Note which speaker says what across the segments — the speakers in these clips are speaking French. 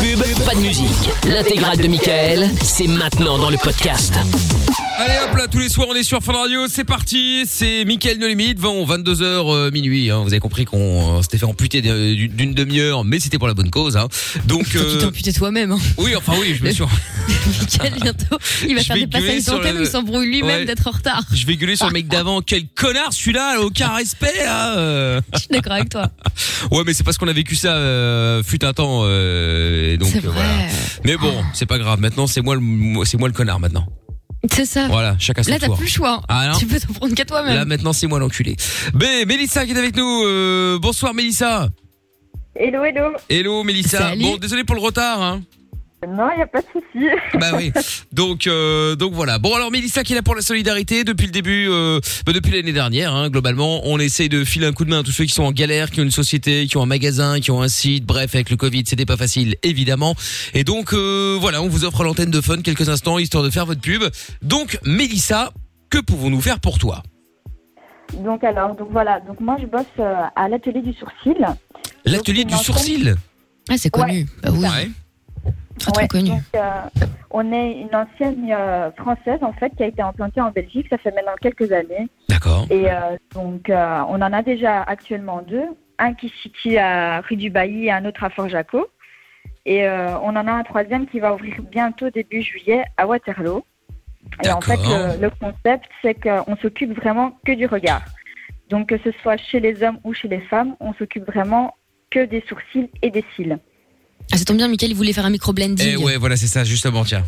Speaker 1: pub, pas de musique. L'intégrale de Mickaël, c'est maintenant dans le podcast.
Speaker 2: Allez hop là, tous les soirs on est sur Fun Radio, c'est parti, c'est Mickaël No Limite, 22h minuit, hein. Vous avez compris qu'on s'était fait amputer d'une demi-heure, mais c'était pour la bonne cause, hein. Donc
Speaker 3: tu t'es amputé toi-même, hein.
Speaker 2: Oui, enfin oui, je me suis
Speaker 3: Mickaël bientôt, il va faire des passages d'antenne où il s'embrouille lui-même d'être en retard.
Speaker 2: Je vais gueuler sur le mec d'avant, quel connard celui-là, aucun respect là.
Speaker 3: Je suis d'accord avec toi.
Speaker 2: Ouais, mais c'est parce qu'on a vécu ça fut un temps et donc
Speaker 3: c'est vrai.
Speaker 2: Voilà. Mais bon, c'est pas grave, maintenant c'est moi le connard maintenant.
Speaker 3: C'est ça.
Speaker 2: Voilà, chacun son tour.
Speaker 3: Là, t'as plus le choix.
Speaker 2: Ah, non.
Speaker 3: Tu peux t'en prendre qu'à toi-même.
Speaker 2: Là, maintenant, c'est moi l'enculé. Mélissa qui est avec nous. Bonsoir, Mélissa.
Speaker 4: Hello, hello.
Speaker 2: Hello, Mélissa.
Speaker 3: Salut.
Speaker 2: Bon, désolé pour le retard, hein.
Speaker 4: Non, il n'y a pas de souci.
Speaker 2: Bah oui. Donc voilà. Bon, alors, Mélissa qui est là pour la solidarité depuis le début, depuis l'année dernière, hein, globalement. On essaye de filer un coup de main à tous ceux qui sont en galère, qui ont une société, qui ont un magasin, qui ont un site. Bref, avec le Covid, c'était pas facile, évidemment. Et donc, voilà, on vous offre l'antenne de Fun quelques instants, histoire de faire votre pub. Donc, Mélissa, que pouvons-nous faire pour toi?
Speaker 4: Donc voilà. Donc moi, je bosse à l'atelier du sourcil.
Speaker 2: L'atelier du sourcil?
Speaker 3: Ah, c'est connu.
Speaker 4: Ouais,
Speaker 3: bah oui.
Speaker 2: Ouais.
Speaker 3: Très connu.
Speaker 4: Donc, on est une ancienne française, en fait, qui a été implantée en Belgique. Ça fait maintenant quelques années.
Speaker 2: D'accord.
Speaker 4: Et donc, on en a déjà actuellement deux. Un qui se situe à rue du Bailly et un autre à Fort-Jaco. Et on en a un troisième qui va ouvrir bientôt début juillet à Waterloo. Et en fait, le concept, c'est qu'on s'occupe vraiment que du regard. Donc, que ce soit chez les hommes ou chez les femmes, on s'occupe vraiment que des sourcils et des cils.
Speaker 3: Ah, ça tombe bien, Mickaël, il voulait faire un micro-blending.
Speaker 2: Eh ouais, voilà, c'est ça, justement, tiens.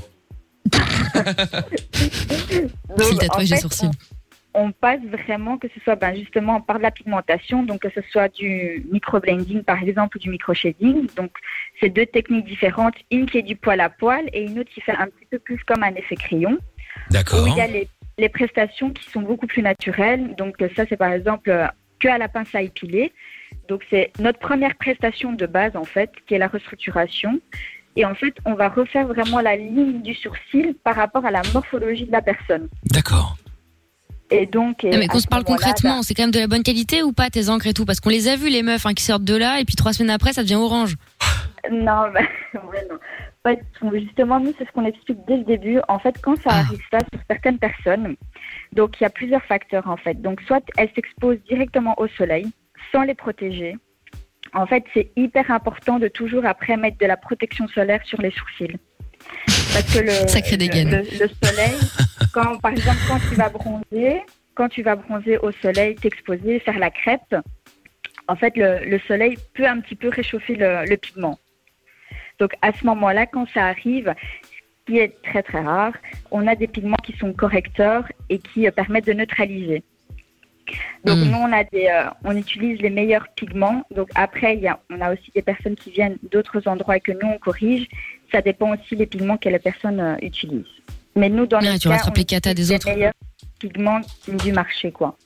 Speaker 3: Fil tatouage de sourcils.
Speaker 4: On passe vraiment, que ce soit justement par de la pigmentation, donc que ce soit du micro-blending par exemple ou du micro-shading. Donc, c'est deux techniques différentes, une qui est du poil à poil et une autre qui fait un petit peu plus comme un effet crayon.
Speaker 2: D'accord.
Speaker 4: Où il y a les prestations qui sont beaucoup plus naturelles. Donc, ça, c'est par exemple que à la pince à épiler. Donc, c'est notre première prestation de base, en fait, qui est la restructuration. Et en fait, on va refaire vraiment la ligne du sourcil par rapport à la morphologie de la personne.
Speaker 2: D'accord.
Speaker 4: Et donc,
Speaker 3: non, mais qu'on se parle concrètement, c'est quand même de la bonne qualité ou pas, tes encres et tout? Parce qu'on les a vus, les meufs, qui sortent de là, et puis 3 semaines après, ça devient orange.
Speaker 4: Non, ouais, non. Pas du tout. Justement, nous, c'est ce qu'on explique dès le début. En fait, quand ça arrive ça sur certaines personnes, donc il y a plusieurs facteurs, en fait. Donc, soit elles s'exposent directement au soleil, sans les protéger. En fait, c'est hyper important de toujours après mettre de la protection solaire sur les sourcils. Parce que
Speaker 3: ça crée des gaines.
Speaker 4: Le soleil, par exemple, quand tu vas bronzer au soleil, t'exposer, faire la crêpe, en fait, le soleil peut un petit peu réchauffer le pigment. Donc, à ce moment-là, quand ça arrive, ce qui est très très rare, on a des pigments qui sont correcteurs et qui permettent de neutraliser. Donc nous on utilise les meilleurs pigments. Donc après on a aussi des personnes qui viennent d'autres endroits et que nous on corrige. Ça dépend aussi des pigments que la personne utilise. Mais nous dans notre cas, on utilise les meilleurs pigments du marché, quoi.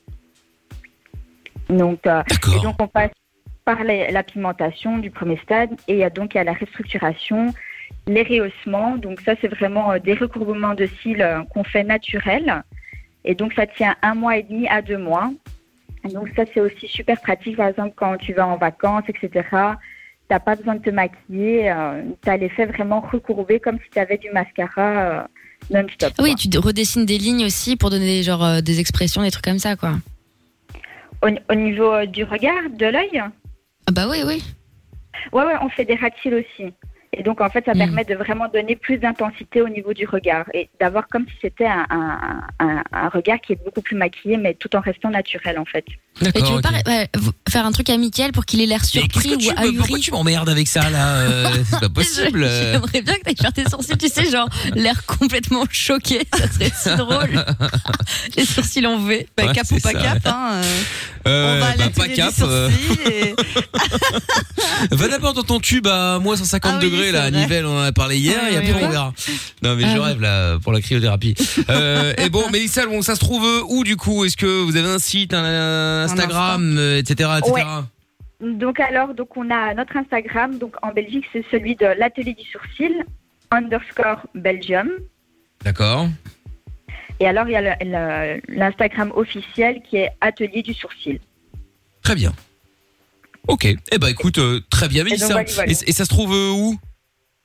Speaker 4: Donc et donc on passe par la pigmentation du premier stade et il y a la restructuration, les rehaussements. Donc ça c'est vraiment des recourbements de cils qu'on fait naturels. Et donc, ça tient 1 mois et demi à 2 mois. Et donc, ça, c'est aussi super pratique. Par exemple, quand tu vas en vacances, etc., t'as pas besoin de te maquiller. Tu as l'effet vraiment recourbé comme si tu avais du mascara non-stop.
Speaker 3: Oui, tu redessines des lignes aussi pour donner des expressions, des trucs comme ça, quoi.
Speaker 4: Au niveau du regard, de l'œil?
Speaker 3: Ah bah oui.
Speaker 4: Ouais, on fait des ras de cils aussi. Et donc, en fait, ça permet de vraiment donner plus d'intensité au niveau du regard et d'avoir comme si c'était un regard qui est beaucoup plus maquillé, mais tout en restant naturel, en fait.
Speaker 3: Et tu veux pas faire un truc à Mickaël pour qu'il ait l'air surpris ou ahuri?
Speaker 2: Pourquoi tu m'emmerdes avec ça, là? C'est pas possible.
Speaker 3: J'aimerais bien que t'ailles faire tes sourcils, tu sais, genre, l'air complètement choqué. Ça serait si drôle. Les sourcils en V.
Speaker 5: Ouais, cap ou pas
Speaker 2: ça.
Speaker 5: cap, on va à l'atelier du sourcil et...
Speaker 2: Va d'abord dans ton tube à moins 150 degrés, là, à Nivelles, on en a parlé hier, et après on verra. Non, mais je rêve, là, pour la cryothérapie. Et bon, Mélissa, ça se trouve où, du coup? Est-ce que vous avez un site, un Instagram, etc., etc.?
Speaker 4: Ouais. Donc on a notre Instagram, donc en Belgique, c'est celui de l'atelier du sourcil, _Belgium.
Speaker 2: D'accord.
Speaker 4: Et alors, il y a l'Instagram officiel qui est atelier du sourcil.
Speaker 2: Très bien. Ok. Eh ben, écoute, très bien, Mélissa.
Speaker 4: Voilà.
Speaker 2: Et ça se trouve où?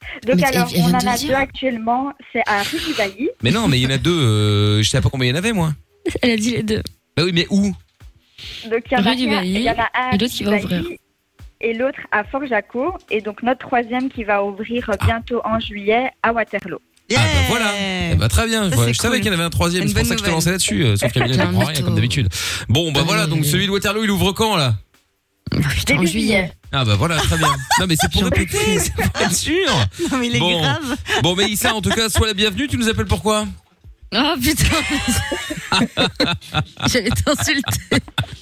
Speaker 4: Donc
Speaker 3: Mais
Speaker 4: alors,
Speaker 3: elle
Speaker 4: on
Speaker 3: vient
Speaker 4: en
Speaker 3: de
Speaker 4: a
Speaker 3: dire.
Speaker 4: deux actuellement, c'est à rue du Bailly.
Speaker 2: Mais non, mais il y en a deux. Je savais pas combien il y en avait, moi.
Speaker 3: Elle a dit les deux.
Speaker 2: Bah oui, mais où?
Speaker 4: Donc il y en a
Speaker 3: Rue du Bailly,
Speaker 4: il y en a un à
Speaker 3: et l'autre
Speaker 4: rue
Speaker 3: qui
Speaker 4: du
Speaker 3: va
Speaker 4: Bailly
Speaker 3: ouvrir.
Speaker 4: et l'autre à Fort-Jaco. Et donc notre troisième qui va ouvrir bientôt en juillet à Waterloo.
Speaker 2: Ah bah voilà. Eh bah très bien.
Speaker 5: Ça,
Speaker 2: Je
Speaker 5: c'est
Speaker 2: savais
Speaker 5: cool.
Speaker 2: qu'il y en avait un troisième.
Speaker 5: Une
Speaker 2: C'est pour
Speaker 5: bonne
Speaker 2: ça que je te
Speaker 5: nouvelle.
Speaker 2: lançais là-dessus. Sauf qu'Amina ne comprend rien comme d'habitude. Bon bah voilà. Donc celui de Waterloo, il ouvre quand là?
Speaker 3: Putain, en
Speaker 4: Début
Speaker 3: juillet.
Speaker 2: Ah bah voilà, très bien. Non mais c'est pour répéter, c'est pour être sûr.
Speaker 5: Non, mais il est
Speaker 2: Bon.
Speaker 5: grave.
Speaker 2: Bon Mélissa, en tout cas, sois la bienvenue. Tu nous appelles pourquoi?
Speaker 3: Oh putain. J'allais t'insulter.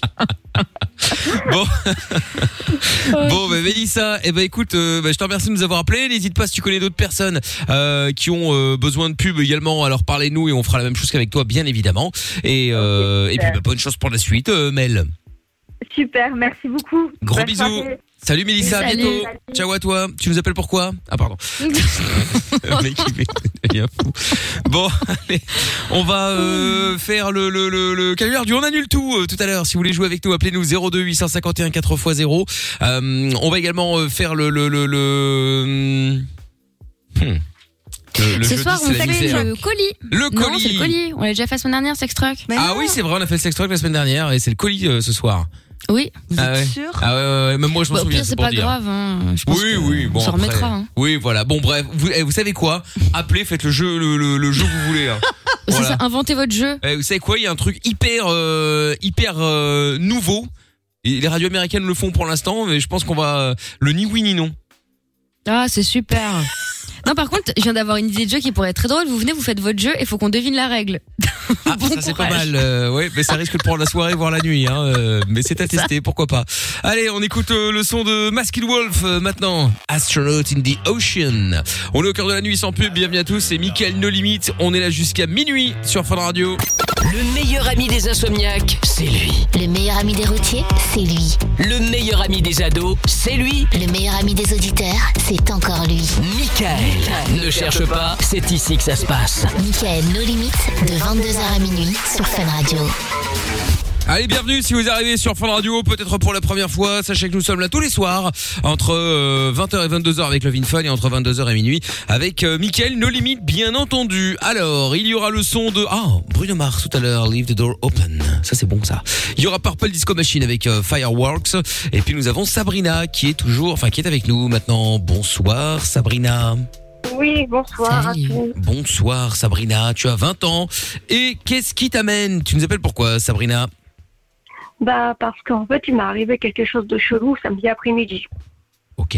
Speaker 2: Bon, bon, bah, Mélissa, eh ben écoute, je te remercie de nous avoir appelé. N'hésite pas si tu connais d'autres personnes qui ont besoin de pub également, alors parlez-nous et on fera la même chose qu'avec toi, bien évidemment. Et puis bah, bonne chance pour la suite, Mel.
Speaker 4: Super, merci beaucoup.
Speaker 2: Gros
Speaker 4: Bonne
Speaker 2: bisous.
Speaker 4: soirée.
Speaker 2: Salut Mélissa, à
Speaker 3: Salut.
Speaker 2: bientôt. Ciao à toi. Tu nous appelles pourquoi? Ah pardon. Le mec il devient fou. Bon, allez, on va faire le canular du on annule tout tout à l'heure. Si vous voulez jouer avec nous, appelez-nous 02 851 4x0. On va également faire le
Speaker 3: Ce
Speaker 2: jeudi,
Speaker 3: soir,
Speaker 2: c'est
Speaker 3: on
Speaker 2: la
Speaker 3: fait
Speaker 2: misère.
Speaker 3: le colis.
Speaker 2: Le
Speaker 3: Non, c'est
Speaker 2: colis.
Speaker 3: le colis. On l'a déjà fait la semaine dernière, Sex Truck.
Speaker 5: Mais
Speaker 2: Ah
Speaker 5: non.
Speaker 2: oui, c'est vrai, on a fait le sex truck la semaine dernière et c'est le colis ce soir.
Speaker 3: Oui.
Speaker 5: Vous
Speaker 2: Ah
Speaker 5: êtes
Speaker 2: ouais.
Speaker 5: sûr?
Speaker 2: Ah ouais, même moi je m'en
Speaker 3: Bah, au
Speaker 2: souviens.
Speaker 3: pire, c'est
Speaker 2: pour
Speaker 3: pas
Speaker 2: dire.
Speaker 3: grave. Hein. Je pense
Speaker 2: Oui,
Speaker 3: que
Speaker 2: oui, bon.
Speaker 3: on s'en
Speaker 2: après,
Speaker 3: remettra. Hein.
Speaker 2: Oui, voilà. Bon, bref, vous savez quoi? Appelez, faites le jeu, le jeu que vous voulez. Hein.
Speaker 3: C'est
Speaker 2: Voilà.
Speaker 3: ça, inventez votre jeu.
Speaker 2: Vous savez quoi? Il y a un truc hyper nouveau. Et les radios américaines le font pour l'instant, mais je pense qu'on va le ni oui ni non.
Speaker 3: Ah, c'est super. Non, par contre, je viens d'avoir une idée de jeu qui pourrait être très drôle. Vous venez, vous faites votre jeu et il faut qu'on devine la règle.
Speaker 2: Ah,
Speaker 3: Bon
Speaker 2: ça c'est pas
Speaker 3: courage.
Speaker 2: mal. Ouais, mais ça risque de prendre la soirée, voire la nuit. Hein, mais c'est à tester, pourquoi pas. Allez, on écoute le son de Masked Wolf maintenant. Astronaut in the Ocean. On est au cœur de la nuit sans pub. Bienvenue à tous. C'est Mickaël No Limit. On est là jusqu'à minuit sur Fun Radio.
Speaker 1: Le meilleur ami des insomniaques, c'est lui.
Speaker 6: Le meilleur ami des routiers, c'est lui.
Speaker 1: Le meilleur ami des ados, c'est lui.
Speaker 6: Le meilleur ami des auditeurs, c'est encore lui.
Speaker 1: Michael. Ne cherche pas, c'est ici que ça se passe.
Speaker 6: Mickaël No Limites, de 22h à minuit sur Fun Radio.
Speaker 2: Allez, bienvenue si vous arrivez sur Fun Radio, peut-être pour la première fois. Sachez que nous sommes là tous les soirs entre 20h et 22h avec Love in Fun et entre 22h et minuit avec Mickaël No Limit, bien entendu. Alors, il y aura le son de Bruno Mars tout à l'heure, Leave the Door Open. Ça c'est bon ça. Il y aura Purple Disco Machine avec Fireworks et puis nous avons Sabrina qui est avec nous maintenant. Bonsoir Sabrina.
Speaker 4: Oui, bonsoir
Speaker 3: Salut.
Speaker 4: à tous.
Speaker 2: Bonsoir Sabrina, tu as 20 ans et qu'est-ce qui t'amène? Tu nous appelles pourquoi Sabrina?
Speaker 4: Bah, parce qu'en fait, il m'est arrivé quelque chose de chelou samedi après-midi.
Speaker 2: Ok.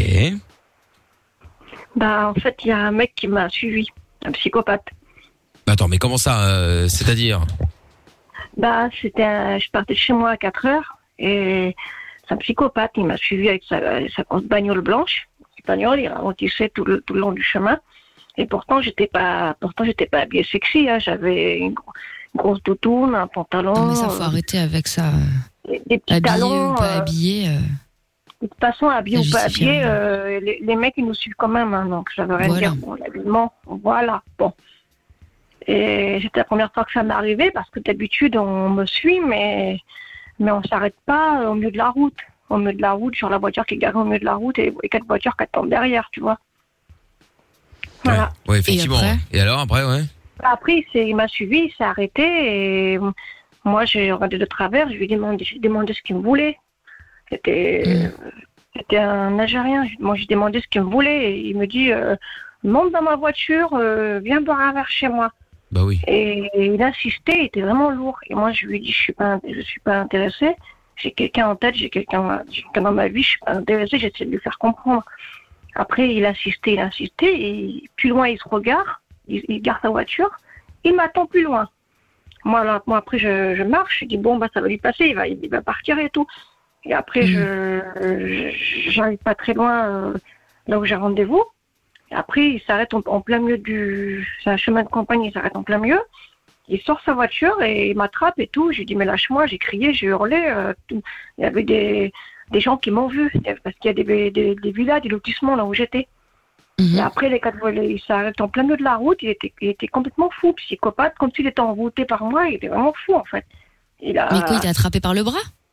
Speaker 4: Bah, en fait, il y a un mec qui m'a suivi, un psychopathe.
Speaker 2: Attends, mais comment ça, c'est-à-dire?
Speaker 4: Bah, je partais de chez moi à 4 heures et c'est un psychopathe. Il m'a suivi avec sa grosse bagnole blanche. Cette bagnole, il ralentissait tout le long du chemin. Et pourtant, j'étais pas habillée sexy. Hein. J'avais une grosse doudoune, un pantalon.
Speaker 3: Non, mais ça, faut arrêter avec ça.
Speaker 4: Des petits
Speaker 3: Habillé
Speaker 4: talons.
Speaker 3: ou pas habillé.
Speaker 4: De toute façon, habillé
Speaker 3: Ça
Speaker 4: ou pas
Speaker 3: justifie
Speaker 4: habillé,
Speaker 3: rien.
Speaker 4: les mecs, ils nous suivent quand même. Hein, donc, ça veut rien
Speaker 3: Voilà.
Speaker 4: dire. Bon, l'habillement, voilà. Bon. Et c'était la première fois que ça m'est arrivé parce que d'habitude, on me suit, mais on s'arrête pas au milieu de la route. Au milieu de la route, sur la voiture qui est garée au milieu de la route et 4 voitures qui attendent derrière, tu vois. Voilà.
Speaker 2: Ouais, effectivement.
Speaker 3: Et après
Speaker 2: Et alors, après, ouais.
Speaker 4: Après, il m'a suivi, il s'est arrêté et moi, j'ai regardé de travers, je lui ai demandé ce qu'il me voulait. C'était un Algérien. Moi, j'ai demandé ce qu'il me voulait et il me dit monte dans ma voiture, viens boire un verre chez moi.
Speaker 2: Bah oui.
Speaker 4: Et il insistait, il était vraiment lourd. Et moi, je lui ai dit je suis pas intéressée. J'ai quelqu'un en tête, j'ai quelqu'un dans ma vie, je suis pas intéressée. J'essaie de lui faire comprendre. Après, il insistait et plus loin, il se regarde. Il garde sa voiture, il m'attend plus loin. Moi après, je marche, je dis bon, bah, ça va lui passer, il va partir et tout. Et après, j'arrive pas très loin là où j'ai rendez-vous. Et après, il s'arrête en plein milieu c'est un chemin de campagne, il s'arrête en plein milieu. Il sort sa voiture et il m'attrape et tout. J'ai dit mais lâche-moi, j'ai crié, j'ai hurlé. Tout. Il y avait des gens qui m'ont vu, parce qu'il y a des villas, des lotissements là où j'étais. Et après, il s'arrête en plein milieu de la route, il était complètement fou, psychopathe, comme s'il était envoûté par moi, il était vraiment fou en fait.
Speaker 3: Mais quoi, il t'a attrapé par le bras?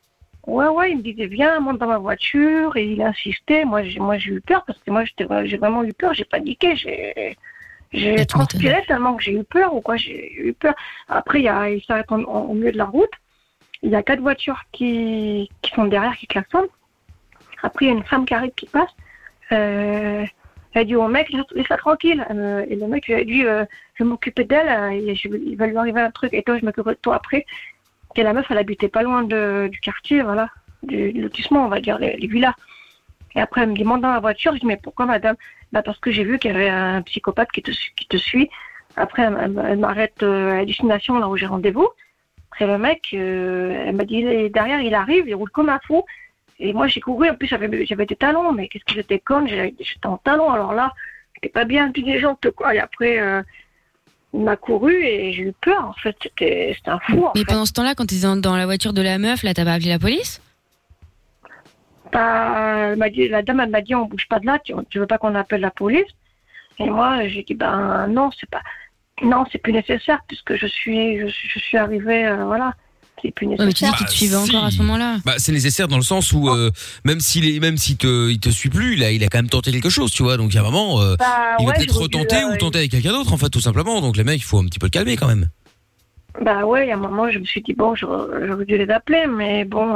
Speaker 7: Ouais, il me disait viens, monte dans ma voiture, et il insistait. Moi, j'ai eu peur parce que j'ai vraiment eu peur. J'ai paniqué, j'ai transpiré tellement que j'ai eu peur ou quoi. J'ai eu peur. Après, il s'arrête au milieu de la route. Il y a 4 voitures qui sont derrière, qui klaxonnent. Après, il y a une femme qui arrive, qui passe. Elle dit au mec, laisse-la tranquille. Et le mec lui a dit, je vais m'occuper d'elle, il va lui arriver un truc, et toi, je m'occuperai de toi après. Et la meuf, elle habitait pas loin du quartier, voilà, du lotissement, on va dire, les villas. Et après, elle me dit, monte dans la voiture. Je dis, mais pourquoi, madame? Parce que j'ai vu qu'il y avait un psychopathe qui te suit. Après, elle m'arrête à la destination, là où j'ai rendez-vous. Après, le mec, elle m'a dit, derrière, il arrive, il roule comme un fou. Et moi, j'ai couru. En plus, j'avais des talons, mais qu'est-ce que j'étais conne, j'étais en talons. Alors là, j'étais pas bien intelligente, quoi. Et après, il m'a couru et j'ai eu peur, en fait. C'était un fou, en fait.
Speaker 3: Mais pendant ce temps-là, quand tu étais dans la voiture de la meuf, là, t'as pas appelé la police?
Speaker 7: La dame, elle m'a dit, on bouge pas de là, tu veux pas qu'on appelle la police? Et moi, j'ai dit, non, c'est plus nécessaire, puisque je suis arrivée, voilà. C'est plus nécessaire.
Speaker 3: Mais tu dis qu'il te suivait encore à ce moment-là.
Speaker 2: C'est nécessaire dans le sens où même s'il te suit plus, il a quand même tenté quelque chose, tu vois. Donc il y a un moment, il va peut-être retenter ou tenter avec quelqu'un d'autre, en fait, tout simplement. Donc les mecs, il faut un petit peu le calmer quand même.
Speaker 7: Ouais, il y a un moment, je me suis dit j'aurais dû les appeler, mais bon,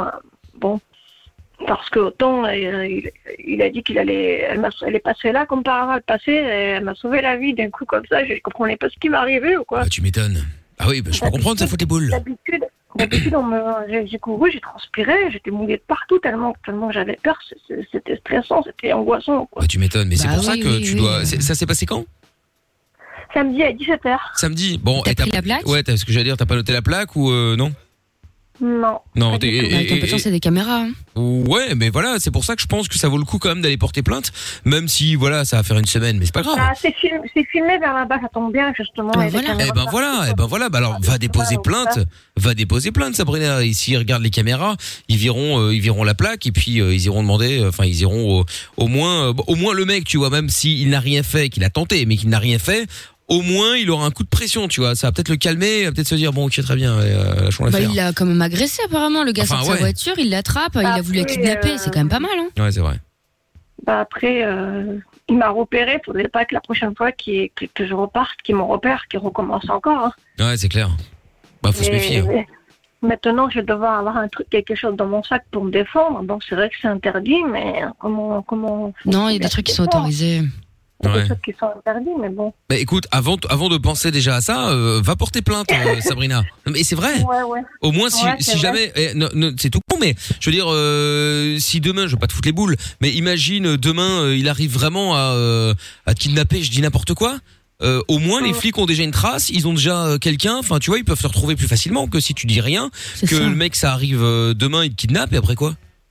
Speaker 7: parce que autant il a dit elle est passée là comme par hasard, elle m'a sauvé la vie d'un coup comme ça. Je comprenais pas ce qui m'arrivait ou quoi.
Speaker 2: Tu m'étonnes. Ah oui, je peux comprendre, ça fout les boules.
Speaker 7: D'habitude, j'ai couru, j'ai transpiré, j'étais mouillée de partout tellement j'avais peur. C'était stressant, c'était angoissant, quoi.
Speaker 2: Tu m'étonnes, mais c'est pour ça que tu dois. Ça s'est passé quand?
Speaker 7: Samedi à 17h.
Speaker 2: Samedi. Bon,
Speaker 3: t'as pris la plaque?
Speaker 2: Ouais, ce que j'allais dire, t'as pas noté la plaque ou non?
Speaker 7: Non.
Speaker 3: T'as pas c'est des caméras. Hein.
Speaker 2: Ouais, mais voilà, c'est pour ça que je pense que ça vaut le coup quand même d'aller porter plainte, même si voilà, ça va faire une semaine, mais c'est pas grave.
Speaker 7: C'est filmé vers là-bas, ça tombe bien justement.
Speaker 2: Voilà. Alors va déposer plainte, Sabrina. Ici, regarde les caméras, ils verront la plaque et puis ils iront demander, ils iront au moins le mec, tu vois, même s'il n'a rien fait, qu'il a tenté, mais qu'il n'a rien fait. Au moins, il aura un coup de pression, tu vois. Ça va peut-être le calmer, il va peut-être se dire, bon, ok, très bien, lâchons l'affaire.
Speaker 3: Il l'a quand même agressé, apparemment. Le gars sort de sa voiture, il l'attrape, il a voulu la kidnapper. C'est quand même pas mal, hein.
Speaker 2: Ouais, c'est vrai.
Speaker 7: Après, il m'a repéré. Faudrait pas que la prochaine fois que je reparte, qu'il me repère, qu'il recommence encore. Hein.
Speaker 2: Ouais, c'est clair. Faut se méfier.
Speaker 7: Maintenant, je vais devoir avoir quelque chose dans mon sac pour me défendre. Donc, c'est vrai que c'est interdit, mais comment...
Speaker 3: Non, il y a des trucs qui sont autorisés.
Speaker 7: Il y a des choses qui sont interdites, mais bon.
Speaker 2: Bah écoute, avant de penser déjà à ça, va porter plainte, Sabrina. Mais c'est vrai.
Speaker 7: Ouais.
Speaker 2: Au moins, si jamais, c'est tout con, mais je veux dire, si demain, je veux pas te foutre les boules, mais imagine demain, il arrive vraiment à te kidnapper, je dis n'importe quoi. Au moins, les flics ont déjà une trace, ils ont déjà quelqu'un. Enfin, tu vois, ils peuvent te retrouver plus facilement que si tu dis rien, le mec, ça arrive demain, il te kidnappe et après quoi?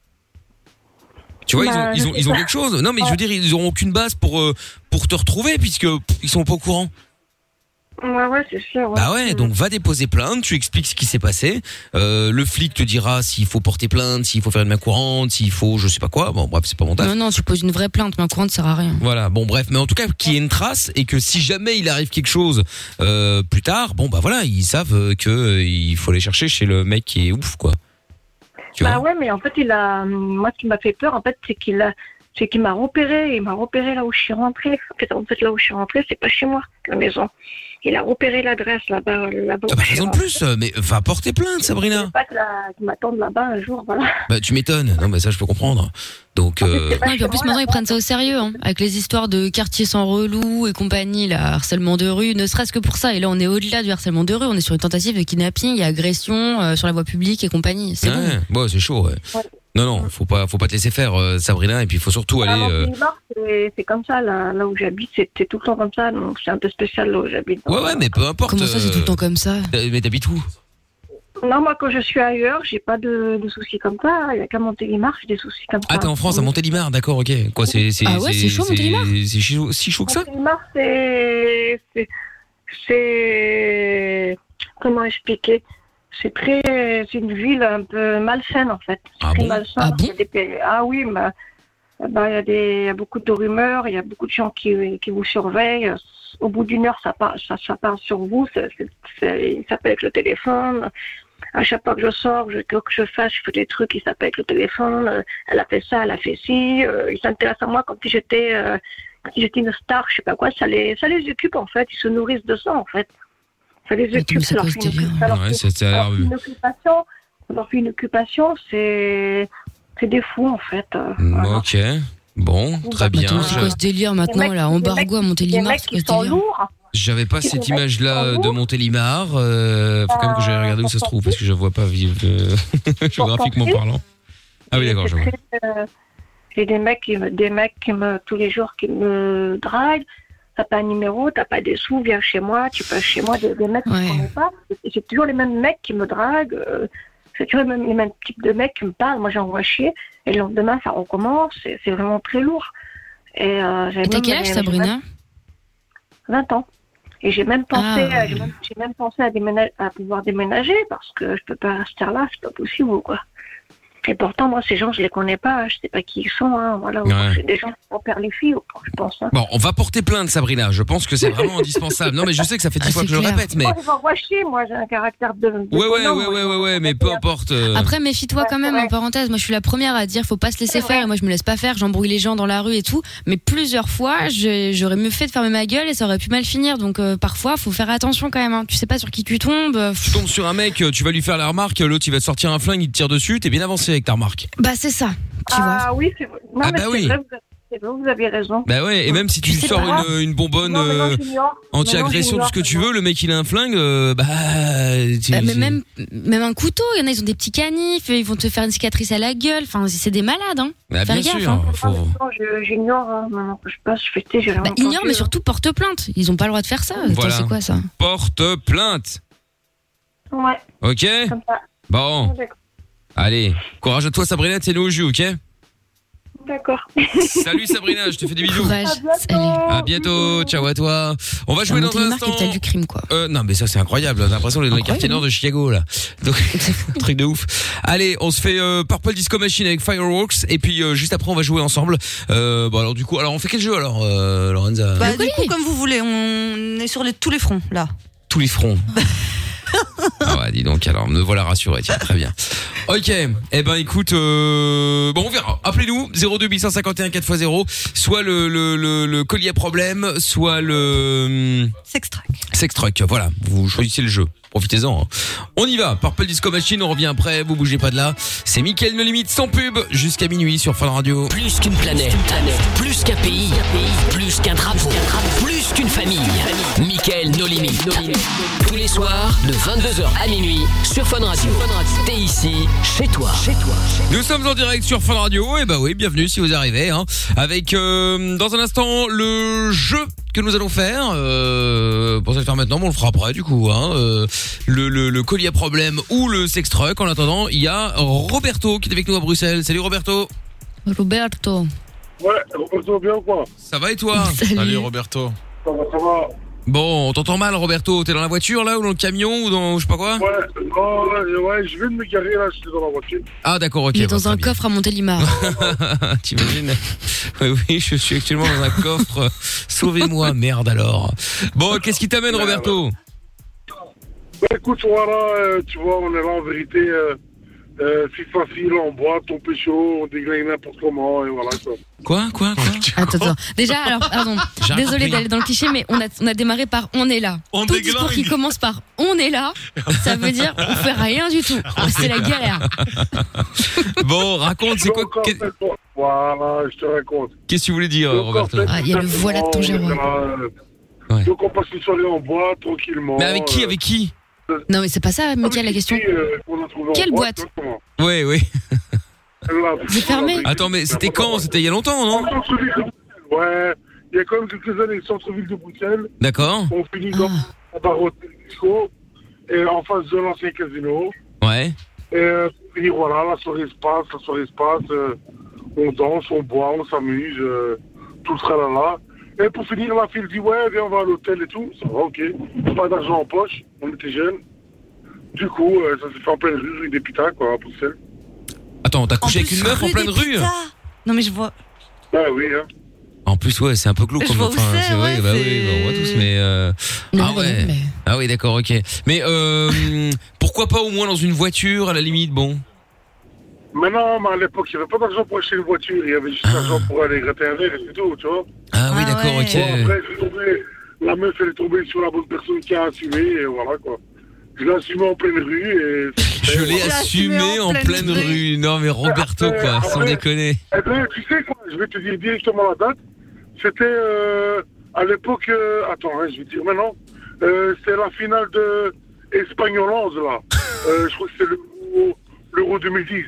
Speaker 2: Tu vois, ils ont quelque chose. Non, mais je veux dire, ils auront aucune base pour te retrouver puisque ils sont pas au courant.
Speaker 7: Ouais, c'est sûr. Ouais.
Speaker 2: Bah ouais, donc va déposer plainte, tu expliques ce qui s'est passé. Le flic te dira s'il faut porter plainte, s'il faut faire une main courante, s'il faut je sais pas quoi. Bon, bref, c'est pas mon taf.
Speaker 3: Non, tu poses une vraie plainte, main courante, ça sert à rien.
Speaker 2: Voilà, bon, bref, mais en tout cas, qu'il y ait une trace et que si jamais il arrive quelque chose plus tard, bon, bah voilà, ils savent que il faut aller chercher chez le mec qui est ouf, quoi.
Speaker 7: Ouais, mais en fait, moi, ce qui m'a fait peur, en fait, c'est qu'il m'a repéré. Il m'a repéré là où je suis rentrée. En fait, là où je suis rentrée, c'est pas chez moi, la maison. Il a repéré l'adresse là-bas.
Speaker 2: T'as pas raison de plus, mais va porter plainte, Sabrina.
Speaker 7: Je sais pas qu'il m'attende là-bas un jour, voilà.
Speaker 2: Bah, tu m'étonnes. Non, mais ça, je peux comprendre. Donc,
Speaker 3: Non, et puis en plus, maintenant, ils prennent ça au sérieux, hein. Avec les histoires de quartier sans relou et compagnie, là, harcèlement de rue, ne serait-ce que pour ça. Et là, on est au-delà du harcèlement de rue. On est sur une tentative de kidnapping et agression sur la voie publique et compagnie. C'est
Speaker 2: bon, c'est chaud, ouais. Non, faut pas te laisser faire, Sabrina, et puis il faut surtout aller.
Speaker 7: C'est comme ça, là où j'habite, c'est tout le temps comme ça, donc c'est un peu spécial là où j'habite.
Speaker 2: Ouais, mais peu importe.
Speaker 3: Comment ça, c'est tout le temps comme ça?
Speaker 2: Mais t'habites où?
Speaker 7: Non, moi, quand je suis ailleurs, j'ai pas de soucis comme ça. Il y a qu'à Montélimar, j'ai des soucis comme ça.
Speaker 2: Ah, t'es en France, à Montélimar, d'accord, ok. Quoi, c'est
Speaker 3: chaud, Montélimar?
Speaker 2: C'est si chaud que ça?
Speaker 7: Montélimar, c'est... Comment expliquer? C'est une ville un peu malsaine, en fait.
Speaker 2: Ah bon?
Speaker 7: Malsaine. Ah oui, il y a beaucoup de rumeurs, il y a beaucoup de gens qui vous surveillent. Au bout d'une heure, ça part sur vous, ça s'appelle avec le téléphone. À chaque fois que je sors, que je fasse, je fais des trucs, ils s'appellent avec le téléphone, elle a fait ça, elle a fait ci, ils s'intéressent à moi comme si j'étais une star, je sais pas quoi, ça les occupe en fait, ils se nourrissent de ça en fait. Ça les occupe, ça leur fait une occupation, c'est des fous en fait.
Speaker 2: Voilà. Ok, bon, très bien.
Speaker 3: Attends, c'est quoi ce délire maintenant là, embargo à Montélimar,
Speaker 7: c'est quoi ce délire?
Speaker 2: J'avais pas cette image-là de Montélimar. Faut quand même que j'aille regarder où ça se trouve parce que je vois pas géographiquement parlant. Ah oui, d'accord, je vois.
Speaker 7: J'ai des mecs qui me tous les jours qui me draguent. T'as pas un numéro, t'as pas des sous, viens chez moi, tu passes chez moi, des mecs que je connais pas. C'est toujours les mêmes mecs qui me draguent. C'est toujours les mêmes types de mecs qui me parlent. Moi, j'envoie chier. Et le lendemain, ça recommence. C'est vraiment très lourd. Et
Speaker 3: t'as quel âge, Sabrina?
Speaker 7: 20 ans. Et j'ai même pensé, à pouvoir déménager parce que je peux pas rester là, c'est pas possible, quoi. Et pourtant, moi, ces gens, je les connais pas, je sais pas qui ils sont, hein, voilà. C'est des gens qui vont perdre les filles, je pense. Hein.
Speaker 2: Bon, on va porter plainte, Sabrina. Je pense que c'est vraiment indispensable. Non, mais je sais que ça fait 10 fois que je le répète, mais.
Speaker 7: Moi, je m'envoie chier, moi, j'ai un caractère de.
Speaker 2: Ouais, mais peu importe.
Speaker 3: Après, méfie-toi quand même, en parenthèse. Moi, je suis la première à dire, faut pas se laisser faire. Et moi, je me laisse pas faire. J'embrouille les gens dans la rue et tout. Mais plusieurs fois, j'aurais mieux fait de fermer ma gueule et ça aurait pu mal finir. Donc, parfois, faut faire attention quand même. Hein. Tu sais pas sur qui tu tombes.
Speaker 2: Tu tombes sur un mec, tu vas lui faire la remarque, l'autre, il va te sortir un flingue, il te tire dessus. T'es bien avancé avec ta remarque.
Speaker 3: Bah, c'est ça, tu vois.
Speaker 7: Ah oui, c'est vrai. Non, mais
Speaker 2: oui.
Speaker 7: C'est vrai, vous avez raison.
Speaker 2: Bah ouais, et même si tu sors une bonbonne anti-agression, tout ce que tu veux, le mec il a un flingue,
Speaker 3: mais même un couteau, il y en a, ils ont des petits canifs, ils vont te faire une cicatrice à la gueule, enfin c'est des malades, hein.
Speaker 2: Bah bien sûr,
Speaker 3: hein.
Speaker 7: J'ignore, maintenant que je passe, je fais j'ai rien
Speaker 3: ignore, mais surtout porte plainte, ils ont pas le droit de faire ça.
Speaker 2: Voilà.
Speaker 3: C'est quoi ça?
Speaker 2: Porte plainte.
Speaker 7: Ouais.
Speaker 2: Ok.
Speaker 7: Comme ça.
Speaker 2: Bon. Allez, courage à toi Sabrina, tiens-nous au jus, ok?
Speaker 7: D'accord.
Speaker 2: Salut Sabrina, je te fais des bisous.
Speaker 3: Courage. Salut.
Speaker 2: À bientôt, ciao à toi. On va jouer dans un instant.
Speaker 3: T'as du crime, quoi.
Speaker 2: Non mais ça c'est incroyable, j'ai l'impression d'être dans les quartiers nord de Chicago là. Donc un truc de ouf. Allez, on se fait Purple Disco Machine avec Fireworks et puis juste après on va jouer ensemble. Bon alors du coup, on fait quel jeu alors Lorenza?
Speaker 5: Bah du coup comme vous voulez, on est sur tous les fronts là.
Speaker 2: Tous les fronts. Ah ouais, dis donc, alors me voilà rassuré, tiens, très bien. Ok, eh ben écoute, bon on verra. Appelez-nous 02 851 4x0, soit le collier à problème, soit le Sextrack. Voilà, vous choisissez le jeu. Profitez-en. Hein. On y va. Purple Disco Machine, on revient après. Vous bougez pas de là. C'est Mickaël No Limite sans pub jusqu'à minuit sur Fun Radio.
Speaker 1: Plus qu'une planète, plus qu'un pays, plus qu'un drapeau, plus qu'une famille. Mickaël No Limite. Tous les soirs de 22h à minuit sur Fun Radio. T'es ici, chez toi.
Speaker 2: Nous sommes en direct sur Fun Radio. Et bah oui, bienvenue si vous arrivez. Hein, avec dans un instant le jeu que nous allons faire. Pour ça le faire maintenant, mais on le fera après du coup. Hein, le collier à problème ou le sextruck. En attendant, il y a Roberto qui est avec nous à Bruxelles. Salut Roberto.
Speaker 3: Roberto.
Speaker 8: Ouais, Roberto, bien ou quoi?
Speaker 2: Ça va et toi?
Speaker 9: Salut Roberto.
Speaker 8: Ça va.
Speaker 2: Bon, on t'entend mal Roberto. T'es dans la voiture là ou dans le camion ou dans je sais pas quoi?
Speaker 8: Ouais, je viens de me garer là, je suis dans la voiture.
Speaker 2: Ah d'accord, ok.
Speaker 3: Il est dans un coffre à Montélimar.
Speaker 2: T'imagines? Oui, je suis actuellement dans un coffre. Sauvez-moi, merde alors. Bon, qu'est-ce qui t'amène Roberto?
Speaker 8: Bah écoute, voilà, tu vois, on est là en vérité, c'est facile, on boit, on pécho, on déglingue n'importe comment, et voilà quoi.
Speaker 2: Quoi
Speaker 3: Attends. Déjà, alors, pardon, désolé d'aller dans le cliché, mais on a démarré par on est là.
Speaker 9: On
Speaker 3: tout
Speaker 9: déglingue.
Speaker 3: discours qui commence par on est là, ça veut dire on fait rien du tout. C'est la galère.
Speaker 2: Bon, raconte, c'est quoi?
Speaker 8: Voilà, je te raconte.
Speaker 2: Qu'est-ce que tu voulais dire, Roberto?
Speaker 3: Ah, il y a le voilà de ton Jérôme.
Speaker 2: Ouais.
Speaker 8: Donc on passe une soirée en bois, tranquillement.
Speaker 2: Mais avec qui?
Speaker 3: Non, mais c'est pas ça, Mickaël, la question. Quelle boîte?
Speaker 2: Oui.
Speaker 3: C'est fermé.
Speaker 2: Attends, mais c'était quand? C'était il y a longtemps, non?
Speaker 8: Ouais, il y a quand même quelques années, centre-ville de Bruxelles.
Speaker 2: D'accord.
Speaker 8: On finit dans la barre disco, et en face de l'ancien casino.
Speaker 2: Ouais.
Speaker 8: Et voilà, la soirée se passe, on danse, on boit, on s'amuse, tout le tralala. Et pour finir, la fille dit ouais, viens, on va à l'hôtel et tout. Ça va, ok. Pas d'argent en poche, on était jeunes. Du coup, ça s'est fait en pleine rue des Pita, quoi, à Bruxelles.
Speaker 2: Attends, t'as couché avec une meuf en pleine rue?
Speaker 5: Non mais je vois.
Speaker 8: Bah oui, hein.
Speaker 2: En plus, ouais, c'est un peu glauque comme
Speaker 5: vois où c'est,
Speaker 2: vrai,
Speaker 5: ouais,
Speaker 2: bah
Speaker 5: c'est-
Speaker 2: oui, bah, on voit tous, mais
Speaker 3: Non,
Speaker 2: ah ouais,
Speaker 3: mais-
Speaker 2: ah oui, d'accord, ok. Mais pourquoi pas au moins dans une voiture, à la limite, bon.
Speaker 8: Mais non, mais à l'époque, il n'y avait pas d'argent pour acheter une voiture. Il y avait juste l'argent pour aller gratter un verre et c'est tout, tu vois.
Speaker 2: Ah oui,
Speaker 5: Ah
Speaker 2: d'accord,
Speaker 5: ouais.
Speaker 2: ok.
Speaker 8: Bon, après, la meuf, elle est tombée sur la bonne personne qui a assumé, et voilà, quoi. Je l'ai assumé en pleine rue, et...
Speaker 2: Je l'ai
Speaker 5: l'as
Speaker 2: assumé en pleine rue. Non, mais Roberto, quoi, sans déconner.
Speaker 8: Eh ben, tu sais quoi, je vais te dire directement la date. C'était à l'époque... attends, hein, je vais te dire maintenant. C'est la finale de Espagne-Hollande, là. Je crois que c'est l'Euro 2010.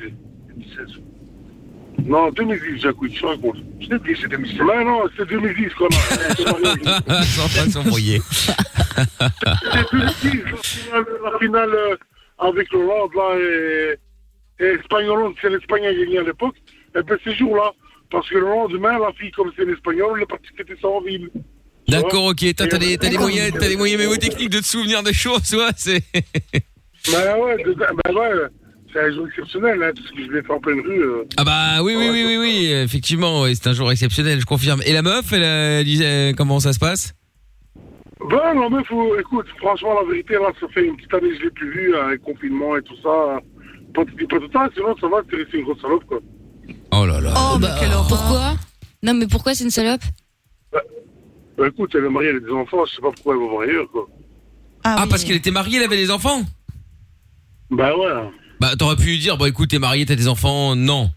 Speaker 8: Non, 2010, Jacouille, je te raconte. Je t'ai dit, c'est 2010. Mais non, c'est 2010, quoi.
Speaker 2: Sans pas s'embrouiller.
Speaker 8: C'est 2010, la finale avec l'Hollande, là, et Espagne-Hollande, c'est l'Espagne qui a gagné à l'époque. Et bien, ces jours-là, parce que le lendemain, la fille, comme c'est l'espagnol, elle est partie fêter ça en ville.
Speaker 2: D'accord, ok. T'as des moyens mémotechniques de te souvenir des choses, ouais, c'est...
Speaker 8: Ben ouais, c'est un jour exceptionnel, hein, parce que je l'ai fait en pleine rue.
Speaker 2: Ah bah oui, effectivement, ouais, c'est un jour exceptionnel, je confirme. Et la meuf, elle disait comment ça se passe?
Speaker 8: Ben non, mais écoute, franchement, la vérité, là, ça fait une petite année que je l'ai plus vu, avec confinement et tout ça. Pas tout ça, sinon ça va, c'est une grosse salope, quoi.
Speaker 2: Oh là là.
Speaker 5: Oh, mais quelle horreur.
Speaker 3: Pourquoi? Non, mais pourquoi c'est une salope?
Speaker 8: Ben écoute, elle est mariée, elle a des enfants, je sais pas pourquoi elle va voir ailleurs, quoi.
Speaker 2: Ah,
Speaker 5: oui.
Speaker 2: parce qu'elle était mariée, elle avait des enfants?
Speaker 8: Ben ouais.
Speaker 2: Bah t'aurais pu lui dire, bon écoute, t'es marié, t'as des enfants, non.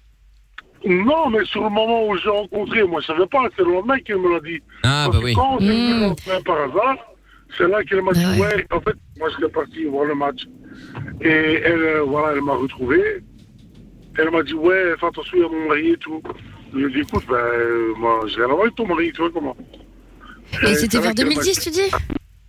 Speaker 8: Non, mais sur le moment où j'ai rencontré, moi je savais pas, c'est le lendemain qu'elle me l'a dit.
Speaker 2: Ah
Speaker 8: Parce
Speaker 2: bah
Speaker 8: que
Speaker 2: oui.
Speaker 8: quand on s'est vu le lendemain par hasard, c'est là qu'elle m'a dit,
Speaker 3: ouais.
Speaker 8: ouais, en fait, moi je serais parti voir le match. Et elle, voilà, elle m'a retrouvé. Elle m'a dit, ouais, fais attention à mon mari et tout. Je lui ai dit, écoute, moi, j'ai rien à voir avec ton mari, tu vois comment.
Speaker 3: Et c'était
Speaker 8: c'est
Speaker 3: vers
Speaker 8: vrai qu'elle m'a
Speaker 3: 2010,
Speaker 8: dit-
Speaker 3: tu dis?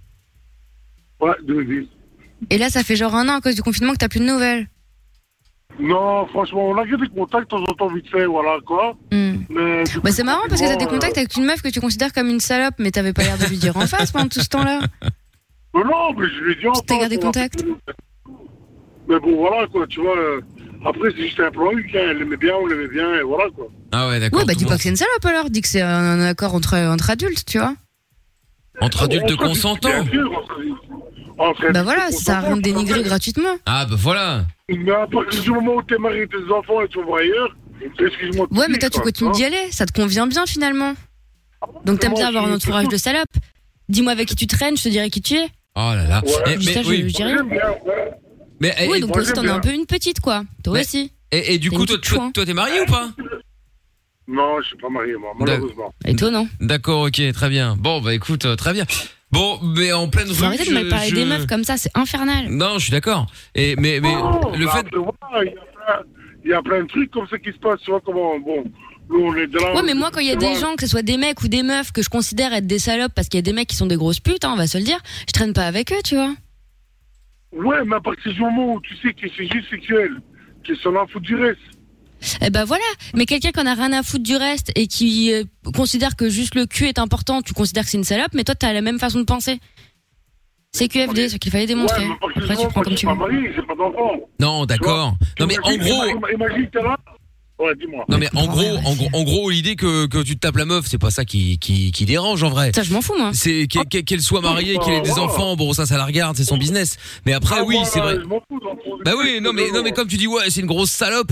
Speaker 8: Ouais, 2010.
Speaker 3: Et là, ça fait genre un an à cause du confinement que t'as plus de nouvelles.
Speaker 8: Non, franchement, on a que des contacts de temps en temps vite fait, voilà, quoi. Mais, du coup,
Speaker 3: Bah c'est marrant parce que t'as des
Speaker 8: effectivement,
Speaker 3: contacts avec une meuf que tu considères comme une salope, mais t'avais pas l'air de lui dire en face pendant tout ce temps-là.
Speaker 8: non, mais je lui ai dit en
Speaker 3: t'as gardé
Speaker 8: on a
Speaker 3: contact.
Speaker 8: fait- Mais bon, voilà, quoi, tu vois. Après, c'est juste un plan U, hein, elle l'aimait bien, on l'aimait bien, et voilà, quoi.
Speaker 2: Ah ouais, d'accord.
Speaker 3: Ouais, bah
Speaker 2: tout
Speaker 3: dis
Speaker 2: le
Speaker 3: pas
Speaker 2: monde-
Speaker 3: que c'est une salope alors, dis que c'est un accord entre adultes, tu vois.
Speaker 2: Entre adultes
Speaker 8: Entre
Speaker 2: consentants.
Speaker 8: bien sûr, entre
Speaker 3: Bah
Speaker 8: adultes
Speaker 3: voilà, ça sert à rien de dénigrer gratuitement.
Speaker 2: Ah bah voilà.
Speaker 8: Mais à partir du moment où t'es marié et tes enfants et tu vas voir ailleurs, excuse-moi.
Speaker 3: Ouais, mais toi tu continues d'y aller, ça te convient bien finalement. Donc t'aimes bien avoir un entourage de salopes. Dis-moi avec qui tu traînes, je te dirai qui tu es.
Speaker 2: Oh là là.
Speaker 8: Ouais.
Speaker 2: Eh,
Speaker 3: Je dis
Speaker 2: mais
Speaker 3: ça, je
Speaker 2: oui.
Speaker 3: dis rien.
Speaker 2: Mais
Speaker 3: Oui, donc toi aussi
Speaker 8: j'aime
Speaker 3: t'en es
Speaker 8: bien.
Speaker 3: un peu une petite quoi. Toi
Speaker 2: Mais-
Speaker 3: aussi.
Speaker 2: et du
Speaker 3: T'es
Speaker 2: coup,
Speaker 3: une
Speaker 2: toi,
Speaker 3: petite chouin.
Speaker 2: toi, t'es marié ou pas?
Speaker 8: Non, je suis pas marié, moi, malheureusement.
Speaker 3: Étonnant.
Speaker 2: D'accord, ok, très bien. Bon, bah écoute, très bien. Bon, mais en pleine
Speaker 3: Faut
Speaker 2: rue.
Speaker 3: arrêter de mal parler des meufs comme ça, c'est infernal.
Speaker 2: Non, je suis d'accord. Et mais
Speaker 8: Non,
Speaker 2: le
Speaker 8: bah,
Speaker 2: fait.
Speaker 8: après, voilà, il y a plein de trucs comme ça qui se passent, tu vois comment, bon, nous on est de là.
Speaker 3: Ouais, mais moi, quand il y a
Speaker 8: tu
Speaker 3: des
Speaker 8: vois.
Speaker 3: gens, que ce soit des mecs ou des meufs, que je considère être des salopes parce qu'il y a des mecs qui sont des grosses putes, hein, on va se le dire, je traîne pas avec eux, tu vois.
Speaker 8: Ouais, mais à partir du moment où tu sais que c'est juste sexuel, qu'ils s'en en foutent du reste.
Speaker 3: Eh ben voilà. Mais quelqu'un qui en a rien à foutre du reste et qui considère que juste le cul est important, tu considères que c'est une salope, mais toi, t'as la même façon de penser. C'est QFD, ce qu'il fallait démontrer.
Speaker 8: Ouais, mais à partir du
Speaker 3: Après, tu
Speaker 8: moment
Speaker 3: prends
Speaker 8: où
Speaker 3: comme
Speaker 8: je
Speaker 3: tu
Speaker 8: suis pas
Speaker 3: veux.
Speaker 8: marié, j'ai pas d'enfant.
Speaker 2: Non, d'accord. Non mais en gros.
Speaker 8: Imagine, t'es là. Ouais, dis-moi.
Speaker 2: Non mais en
Speaker 3: Ouais,
Speaker 2: gros,
Speaker 3: ouais,
Speaker 2: en gros, l'idée que tu te tapes la meuf, c'est pas ça qui dérange en vrai.
Speaker 3: Ça, je m'en fous, moi.
Speaker 2: C'est qu'elle soit mariée, qu'elle ait des enfants, bon ça la regarde, c'est son business. Mais après oui, c'est vrai.
Speaker 8: Je m'en fous, dans ton-
Speaker 2: Bah oui, non mais comme tu dis ouais, c'est une grosse salope.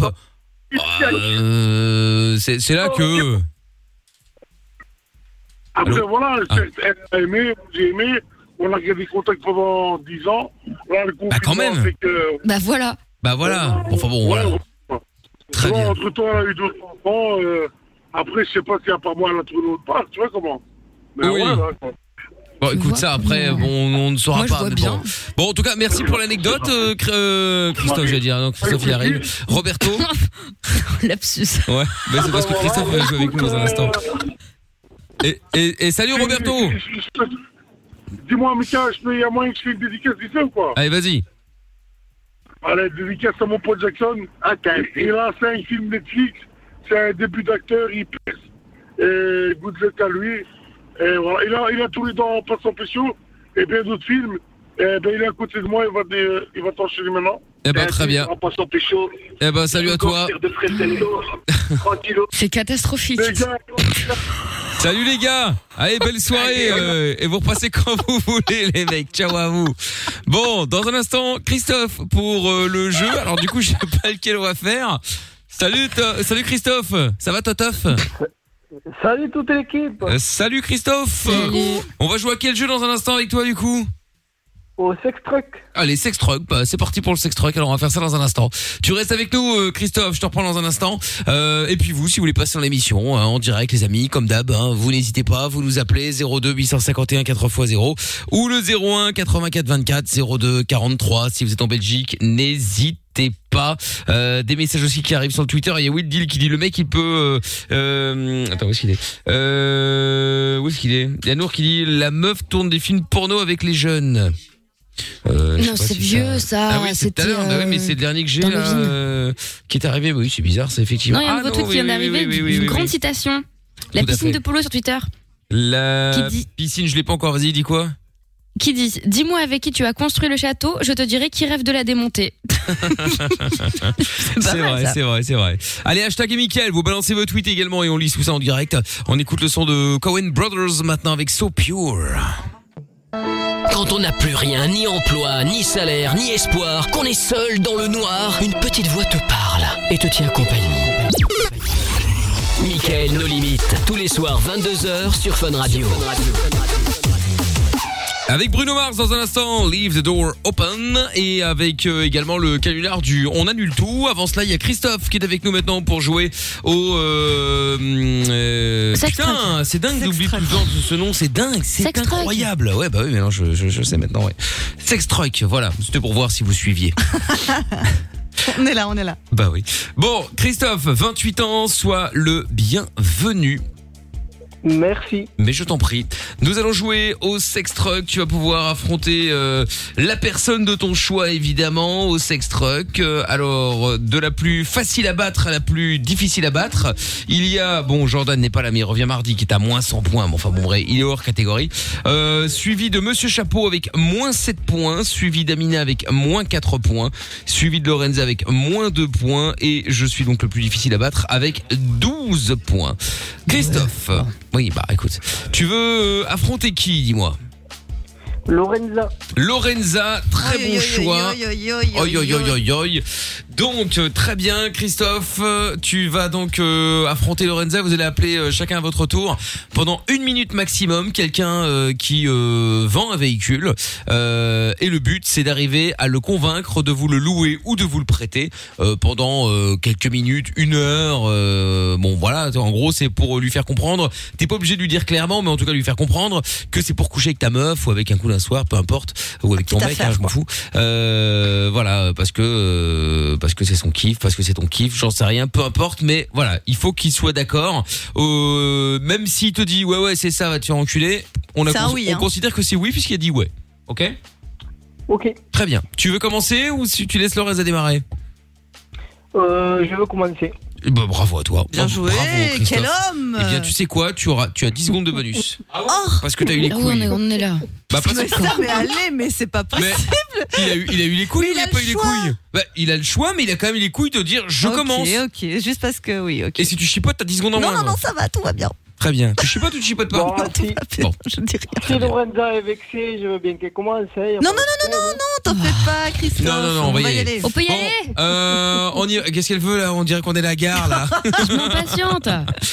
Speaker 2: C'est là que.
Speaker 8: Après,
Speaker 2: Allô
Speaker 8: voilà, elle a aimé, j'ai aimé, on a gardé contact pendant 10 ans. Là, le confinement,
Speaker 2: quand même.
Speaker 8: fait que...
Speaker 3: Bah voilà.
Speaker 2: Bah voilà. Enfin bon, voilà. Très bien.
Speaker 8: Entre temps, elle a eu d'autres enfants. Après, je sais pas si à part moi, elle a trouvé l'autre part, tu vois comment. Mais
Speaker 2: Oui.
Speaker 8: voilà, quoi.
Speaker 2: Bon,
Speaker 3: Tu
Speaker 2: écoute
Speaker 3: vois
Speaker 2: ça après, bon, on ne saura
Speaker 3: Moi, je
Speaker 2: pas.
Speaker 3: vois
Speaker 2: Mais
Speaker 3: bien.
Speaker 2: bon, en tout cas, merci pour l'anecdote, Christophe, j'allais dire. Non, Christophe, il arrive. Roberto.
Speaker 3: Lapsus.
Speaker 2: Ouais, mais c'est parce que Christophe va jouer avec nous dans un instant. Et salut Roberto.
Speaker 8: Dis-moi, Mika, il y a moyen que je fais une dédicace d'ici ou quoi?
Speaker 2: Allez, vas-y.
Speaker 8: Allez, dédicace à mon pote Jackson. Il a 5 films Netflix. C'est un début d'acteur, il perce. Et good luck à lui. Et voilà, il a tourné dans Passant Pécho et bien d'autres films. Et ben, il est à côté de moi, il va t'enchaîner maintenant.
Speaker 2: Eh ben, très bien.
Speaker 8: En Passant Pécho.
Speaker 2: Eh ben, salut à toi.
Speaker 8: De Tranquillo.
Speaker 3: C'est catastrophique.
Speaker 8: Les gars,
Speaker 2: Salut les gars. Allez, belle soirée et vous repassez quand vous voulez les mecs. Ciao à vous. Bon, dans un instant, Christophe pour le jeu. Alors du coup, je sais pas lequel on va faire. Salut Christophe. Ça va Totof?
Speaker 9: Salut toute l'équipe.
Speaker 2: Salut Christophe.
Speaker 3: Salut.
Speaker 2: On va jouer à quel jeu dans un instant avec toi du coup?
Speaker 9: Au sex truck.
Speaker 2: Allez, sex truck, bah, c'est parti pour le sex truck. Alors on va faire ça dans un instant. Tu restes avec nous Christophe, je te reprends dans un instant. Et puis vous, si vous voulez passer dans l'émission en direct les amis, comme d'hab, vous n'hésitez pas, vous nous appelez 02 851 4x0 ou le 01 84 24 02 43 si vous êtes en Belgique, n'hésitez pas. Des messages aussi qui arrivent sur le Twitter. Il y a Will Deal qui dit le mec il peut attends, où est-ce qu'il est où est-ce qu'il est? Il y a Nour qui dit la meuf tourne des films porno avec les jeunes.
Speaker 3: Non, c'est vieux ça.
Speaker 2: Ah oui, c'est tout à l'heure. Bah oui, mais c'est le dernier que j'ai là, qui est arrivé. Oui, c'est bizarre, c'est effectivement.
Speaker 3: Non, il y a un nouveau truc qui vient d'arriver, une grande citation. La piscine de polo sur Twitter.
Speaker 2: La piscine, je l'ai pas encore. Vas-y, dis quoi?
Speaker 3: Qui dit dis-moi avec qui tu as construit le château, je te dirai qui rêve de la démonter.
Speaker 2: C'est vrai. Allez, hashtag et Mickaël, vous balancez vos tweets également et on lit tout ça en direct. On écoute le son de Coen Brothers maintenant avec So Pure.
Speaker 1: Quand on n'a plus rien, ni emploi, ni salaire, ni espoir, qu'on est seul dans le noir, une petite voix te parle et te tient compagnie. Mickaël No Limites, tous les soirs 22h sur Fun Radio.
Speaker 2: Avec Bruno Mars dans un instant, Leave the Door Open, et avec également le canular du On annule tout. Avant cela, il y a Christophe qui est avec nous maintenant pour jouer au putain, c'est dingue d'oublier tout le temps ce nom, c'est dingue, c'est incroyable. Ouais, bah oui, mais non, je sais maintenant, ouais. Sex Truck, voilà, c'était pour voir si vous suiviez.
Speaker 5: On est là.
Speaker 2: Bah oui. Bon, Christophe, 28 ans, sois le bienvenu.
Speaker 9: Merci.
Speaker 2: Mais je t'en prie. Nous allons jouer au sex truck. Tu vas pouvoir affronter la personne de ton choix, évidemment, au sex truck. Alors, de la plus facile à battre à la plus difficile à battre. Il y a, bon, Jordan n'est pas là, mais il revient mardi, qui est à moins 100 points. Bon, enfin bon, bref, il est hors catégorie. Suivi de Monsieur Chapeau avec moins 7 points. Suivi d'Amina avec moins 4 points. Suivi de Lorenza avec moins 2 points. Et je suis donc le plus difficile à battre avec 12 points. Christophe. Oui, bah écoute, tu veux affronter qui, dis-moi? Lorenza, très bon choix. Donc très bien Christophe, tu vas donc affronter Lorenza, vous allez appeler chacun à votre tour pendant 1 minute maximum quelqu'un qui vend un véhicule et le but c'est d'arriver à le convaincre de vous le louer ou de vous le prêter pendant quelques minutes, 1 heure, bon voilà, en gros c'est pour lui faire comprendre, t'es pas obligé de lui dire clairement mais en tout cas lui faire comprendre que c'est pour coucher avec ta meuf ou avec un coup d'un soir, peu importe, ou avec ton mec, je m'en fous. Voilà, parce que c'est son kiff, parce que c'est ton kiff, j'en sais rien, peu importe, mais voilà, il faut qu'il soit d'accord. Même s'il te dit ouais c'est ça, va te faire enculer, on considère que c'est oui puisqu'il a dit ouais. Ok. Très bien. Tu veux commencer ou si tu laisses Lorenza démarrer?
Speaker 9: Je veux commencer.
Speaker 2: Bah, bravo à toi.
Speaker 5: Bien joué,
Speaker 2: bravo,
Speaker 5: quel homme.
Speaker 2: Eh bien, tu sais quoi, tu as 10 secondes de bonus. Parce que t'as eu les couilles.
Speaker 3: On est là.
Speaker 2: Bah, parce
Speaker 5: mais
Speaker 2: que...
Speaker 5: ça, mais allez, mais c'est pas possible.
Speaker 2: Mais il a eu les couilles, il a pas eu les couilles. Bah, il a le choix, mais il a quand même eu les couilles de dire je commence.
Speaker 5: Ok, juste parce que oui, ok.
Speaker 2: Et si tu chipotes, t'as 10 secondes en moins.
Speaker 5: Non, ça va, tout va bien.
Speaker 2: Très bien. Tu chipotes ou tu chipotes pas?
Speaker 9: Bon,
Speaker 2: Bon.
Speaker 5: Je dis rien.
Speaker 9: Si Lorenza est vexée, je veux bien qu'elle commence.
Speaker 5: Non, t'en fais pas, Christophe.
Speaker 2: Non, on va y aller.
Speaker 3: On peut y aller.
Speaker 2: On y... Qu'est-ce qu'elle veut là? On dirait qu'on est à la gare là.
Speaker 3: Je m'impatiente.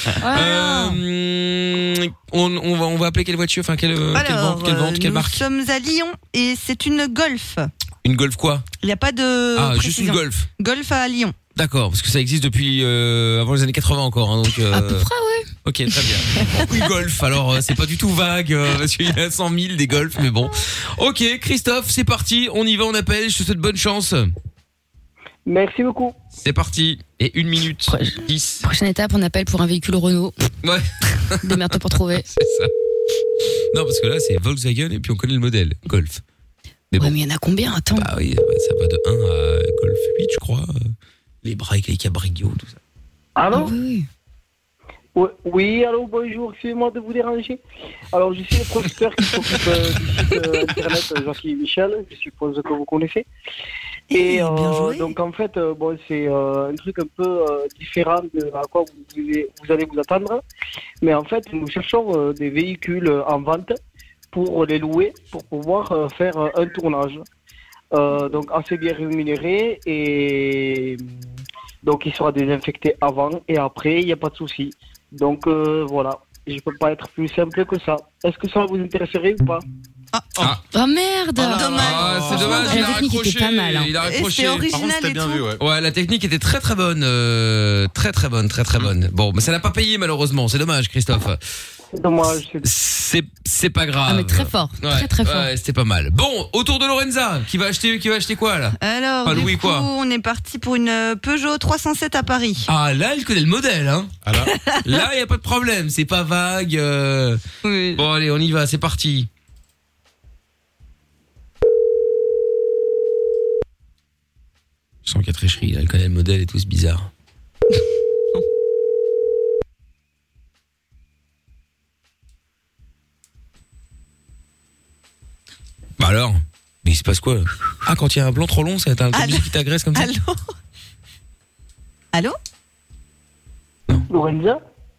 Speaker 2: On va appeler quelle voiture? Enfin, quelle vente, quelle marque?
Speaker 5: Nous sommes à Lyon et c'est une Golf.
Speaker 2: Une Golf quoi?
Speaker 5: Il n'y a pas de
Speaker 2: juste une Golf.
Speaker 5: Golf à Lyon.
Speaker 2: D'accord, parce que ça existe depuis avant les années 80 encore, hein, donc.
Speaker 3: À peu près, ouais.
Speaker 2: Ok, très bien. Une Golf, alors c'est pas du tout vague, parce qu'il y a 100 000 des Golf, mais bon. Ok, Christophe, c'est parti, on y va, on appelle, je te souhaite bonne chance.
Speaker 9: Merci beaucoup.
Speaker 2: C'est parti, et 1 minute 10.
Speaker 3: Prochaine étape, on appelle pour un véhicule Renault.
Speaker 2: Ouais.
Speaker 3: Démerde-toi pour trouver.
Speaker 2: C'est ça. Non, parce que là, c'est Volkswagen, et puis on connaît le modèle, Golf. Mais bon.
Speaker 3: Ouais, mais il y en a combien? Attends.
Speaker 2: Bah oui, ça va de 1 à Golf 8, je crois. Les breaks, les cabrios, tout ça.
Speaker 9: Allô?
Speaker 3: Oui.
Speaker 9: Oui, allô, bonjour, excusez-moi de vous déranger. Alors, je suis le producteur qui s'occupe du site internet Jean-Philippe Michel, je suppose que vous connaissez. Et donc en fait, bon, c'est un truc un peu différent de à quoi vous allez vous attendre. Mais en fait, nous cherchons des véhicules en vente pour les louer, pour pouvoir faire un tournage. Donc assez bien rémunéré et donc il sera désinfecté avant et après, il n'y a pas de souci. Donc voilà, je peux pas être plus simple que ça. Est-ce que ça vous intéresserait ou pas?
Speaker 3: Oh merde,
Speaker 2: dommage. C'est dommage, il a raccroché.
Speaker 3: Pas mal, hein.
Speaker 2: Il a raccroché.
Speaker 5: Et c'est original.
Speaker 10: Par contre, c'était bien vu, ouais.
Speaker 2: Ouais, la technique était très très bonne, très bonne. Bon, mais ça n'a pas payé malheureusement, c'est dommage, Christophe.
Speaker 9: Dommage.
Speaker 2: C'est pas grave.
Speaker 3: Ah mais très fort, très fort.
Speaker 2: Ouais, c'était pas mal. Bon, autour de Lorenza, qui va acheter quoi là?
Speaker 5: Alors,
Speaker 2: Enfin,
Speaker 5: du
Speaker 2: Louis,
Speaker 5: coup,
Speaker 2: quoi
Speaker 5: on est parti pour une Peugeot 307 à Paris.
Speaker 2: Ah là, elle connaît le modèle, hein.
Speaker 10: Ah là.
Speaker 2: Là, il y a pas de problème, c'est pas vague.
Speaker 5: Oui.
Speaker 2: Bon, allez, on y va, c'est parti. Je sens qu'il y a tricherie, là, elle connaît le modèle et tout, c'est bizarre. Bah alors, mais il se passe quoi? Ah, quand il y a un blanc trop long, c'est un musique qui t'agresse comme ça.
Speaker 5: Allô?
Speaker 9: Lorenza?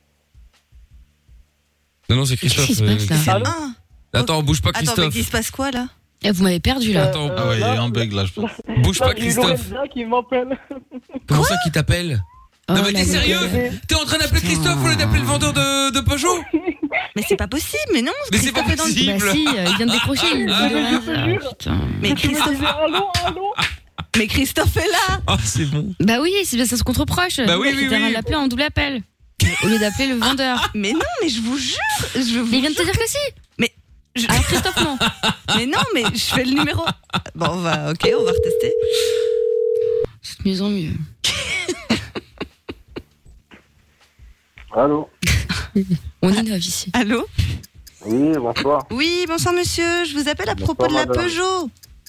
Speaker 2: Non, c'est Christophe.
Speaker 3: Qu'est-ce qui se passe, là?
Speaker 9: Allô?
Speaker 2: Attends, bouge pas, Christophe.
Speaker 5: Attends, mais il se passe quoi là?
Speaker 3: Vous m'avez perdu là.
Speaker 2: Attends,
Speaker 10: Ah ouais, il y a un bug là, je pense.
Speaker 2: bouge pas,
Speaker 9: Là, j'ai
Speaker 2: Christophe.
Speaker 9: Lorenza qui m'appelle.
Speaker 2: Comment ça qui t'appelle?
Speaker 3: Oh,
Speaker 2: Non mais t'es
Speaker 3: la
Speaker 2: sérieux?
Speaker 3: gueule.
Speaker 2: T'es en train d'appeler Christophe au lieu d'appeler le vendeur de Peugeot?
Speaker 5: Mais c'est pas possible, mais non.
Speaker 2: Mais c'est pas
Speaker 5: Christophe est dans le-
Speaker 2: possible.
Speaker 3: Bah si, il vient de décrocher. Il dit Lorenza. Putain.
Speaker 5: Mais Christophe...
Speaker 9: Allô?
Speaker 5: Mais Christophe est là.
Speaker 2: Ah, c'est bon.
Speaker 3: Bah oui, c'est bien ça se contre-proche.
Speaker 2: Bah oui,
Speaker 3: C'était
Speaker 2: oui.
Speaker 3: à l'appeler en double appel. Au lieu d'appeler le vendeur.
Speaker 5: Mais non, mais je vous jure.
Speaker 3: Mais il vient de te dire que si.
Speaker 5: Mais
Speaker 3: Alors Christophe, non.
Speaker 5: Mais non, mais je fais le numéro. Bon, on va retester.
Speaker 3: C'est de mieux en mieux.
Speaker 9: Allô?
Speaker 3: On innove ici.
Speaker 5: Allô?
Speaker 9: Oui, bonsoir.
Speaker 5: Oui, bonsoir monsieur. Je vous appelle à propos de la
Speaker 9: madame.
Speaker 5: Peugeot.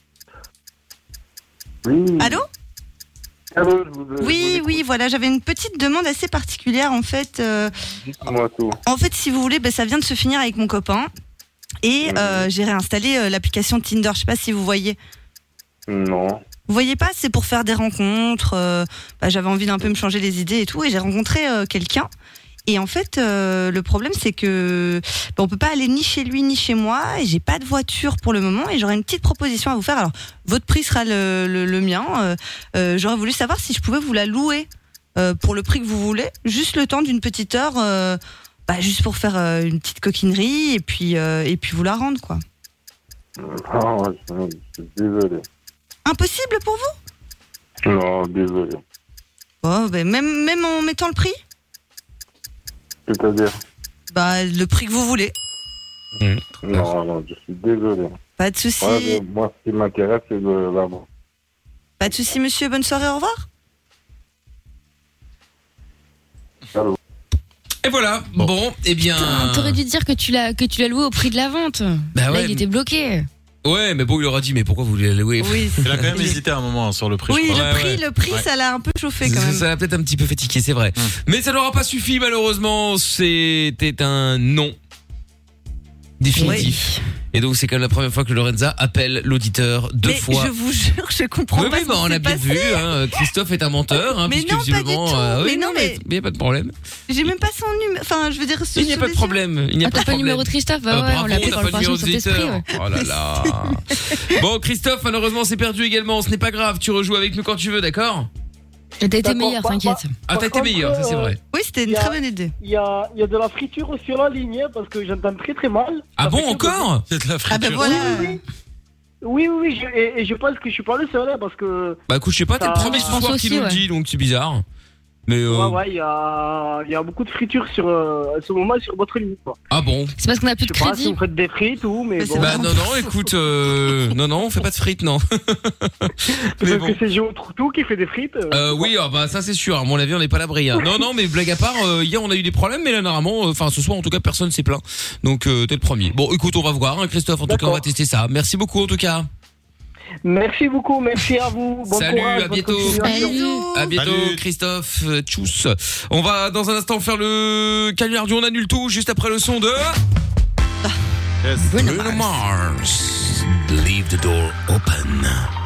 Speaker 9: Oui.
Speaker 5: Allô?
Speaker 9: Allô,
Speaker 5: Oui, voilà. J'avais une petite demande assez particulière en fait.
Speaker 9: Dites-moi tout.
Speaker 5: En fait, si vous voulez, ça vient de se finir avec mon copain. Et j'ai réinstallé l'application Tinder. Je sais pas si vous voyez.
Speaker 9: Non.
Speaker 5: Vous voyez pas, c'est pour faire des rencontres. J'avais envie d'un peu me changer les idées et tout. Et j'ai rencontré quelqu'un. Et en fait, le problème, c'est que on peut pas aller ni chez lui ni chez moi. Et j'ai pas de voiture pour le moment. Et j'aurais une petite proposition à vous faire. Alors, votre prix sera le mien. J'aurais voulu savoir si je pouvais vous la louer pour le prix que vous voulez. Juste le temps d'une petite heure. Juste pour faire une petite coquinerie et puis vous la rendre, quoi.
Speaker 9: Ah, je suis désolé.
Speaker 5: Impossible pour vous?
Speaker 9: Non, désolé.
Speaker 5: Oh, même en mettant le prix?
Speaker 9: C'est-à-dire?
Speaker 5: Le prix que vous voulez.
Speaker 9: Non, je suis désolé.
Speaker 5: Pas de souci.
Speaker 9: Moi, ce qui m'intéresse, c'est de l'avoir.
Speaker 5: Pas de souci, monsieur. Bonne soirée. Au revoir.
Speaker 9: Allô?
Speaker 2: Et voilà. Bon, eh bien.
Speaker 3: T'aurais dû dire que tu l'as loué au prix de la vente.
Speaker 2: Bah
Speaker 3: Là,
Speaker 2: ouais.
Speaker 3: il était bloqué.
Speaker 2: Ouais, mais bon, il aura dit, mais pourquoi vous voulez la louer?
Speaker 5: Oui.
Speaker 10: Il a quand même hésité un moment sur le prix.
Speaker 5: Oui,
Speaker 10: je crois.
Speaker 5: le prix,
Speaker 10: Ouais.
Speaker 5: ça l'a un peu chauffé quand même.
Speaker 2: Ça l'a peut-être un petit peu fatigué, c'est vrai. Mais ça n'aura pas suffi, malheureusement. C'était un non définitif. Et donc, c'est quand même la première fois que Lorenza appelle l'auditeur deux
Speaker 5: Mais
Speaker 2: fois.
Speaker 5: je vous jure, je comprends
Speaker 2: Oui,
Speaker 5: pas.
Speaker 2: oui,
Speaker 5: ce
Speaker 2: bah,
Speaker 5: qui
Speaker 2: on
Speaker 5: s'est
Speaker 2: a bien
Speaker 5: passé.
Speaker 2: vu, hein. Christophe est un menteur, hein,
Speaker 5: Mais
Speaker 2: puisque
Speaker 5: non, pas du
Speaker 2: visiblement,
Speaker 5: tout.
Speaker 2: oui,
Speaker 5: Mais non, mais-
Speaker 2: il n'y a pas de problème.
Speaker 5: J'ai même pas son numéro. Enfin, je veux dire.
Speaker 2: Il n'y a pas de problème. Il n'y a pas
Speaker 3: T'as
Speaker 2: de
Speaker 3: pas le
Speaker 2: problème.
Speaker 3: numéro de Christophe? Bah ouais,
Speaker 2: Bravo,
Speaker 3: on l'a appelé
Speaker 2: t'as
Speaker 3: dans
Speaker 2: pas
Speaker 3: le
Speaker 2: le numéro
Speaker 3: parachute
Speaker 2: de
Speaker 3: Saint-Esprit.
Speaker 2: visiteur. Oh là là. Bon, Christophe, malheureusement, c'est perdu également. Ce n'est pas grave. Tu rejoues avec nous quand tu veux, d'accord?
Speaker 3: T'as été
Speaker 9: D'accord,
Speaker 3: meilleur, t'inquiète.
Speaker 2: Ah, t'as été meilleur, ça c'est vrai.
Speaker 5: Oui, c'était une très bonne idée.
Speaker 9: Il y a de la friture sur la ligne, hein, parce que j'entends très très mal.
Speaker 2: Ah
Speaker 9: Ça
Speaker 2: bon,
Speaker 9: fait que-
Speaker 2: encore?
Speaker 10: C'est de la friture.
Speaker 5: Ah ben voilà.
Speaker 9: Oui, et je pense que je suis pas le seul, hein, parce que...
Speaker 2: Bah écoute, je sais pas, t'es le
Speaker 9: Ça-
Speaker 2: premier ce
Speaker 3: je pense
Speaker 2: soir
Speaker 3: aussi,
Speaker 2: qui nous le
Speaker 3: ouais.
Speaker 2: dit, donc c'est bizarre. Mais
Speaker 9: Ouais, il y a beaucoup de friture sur ce moment sur votre ligne, quoi.
Speaker 2: Ah bon?
Speaker 3: C'est parce qu'on a plus
Speaker 9: Je
Speaker 3: de
Speaker 9: sais pas si
Speaker 3: crédit.
Speaker 9: vous faites des frites ou, mais
Speaker 5: Mais
Speaker 9: bon.
Speaker 5: c'est
Speaker 2: Bah non, écoute, non, on fait pas de frites, non. Mais
Speaker 9: Peut-être
Speaker 2: bon.
Speaker 9: que c'est Géo Troutou qui fait des frites.
Speaker 2: Oui, bah ça c'est sûr. À mon avis, on n'est pas à l'abri. Hein. Non, mais blague à part, hier on a eu des problèmes, mais là normalement, enfin ce soir en tout cas, personne s'est plaint. Donc t'es le premier. Bon, écoute, on va voir, hein, Christophe. En tout cas, on va tester ça. Merci beaucoup en tout cas.
Speaker 9: Merci beaucoup, merci à vous. Bon
Speaker 2: Salut,
Speaker 9: courage,
Speaker 2: à
Speaker 9: bonne
Speaker 2: bientôt.
Speaker 9: continuation.
Speaker 2: À bientôt,
Speaker 10: Salut.
Speaker 2: Christophe. Tchuss. On va dans un instant faire le canular du on annule tout juste après le son de
Speaker 10: Yes.
Speaker 2: Bruno Mars. Leave the door open.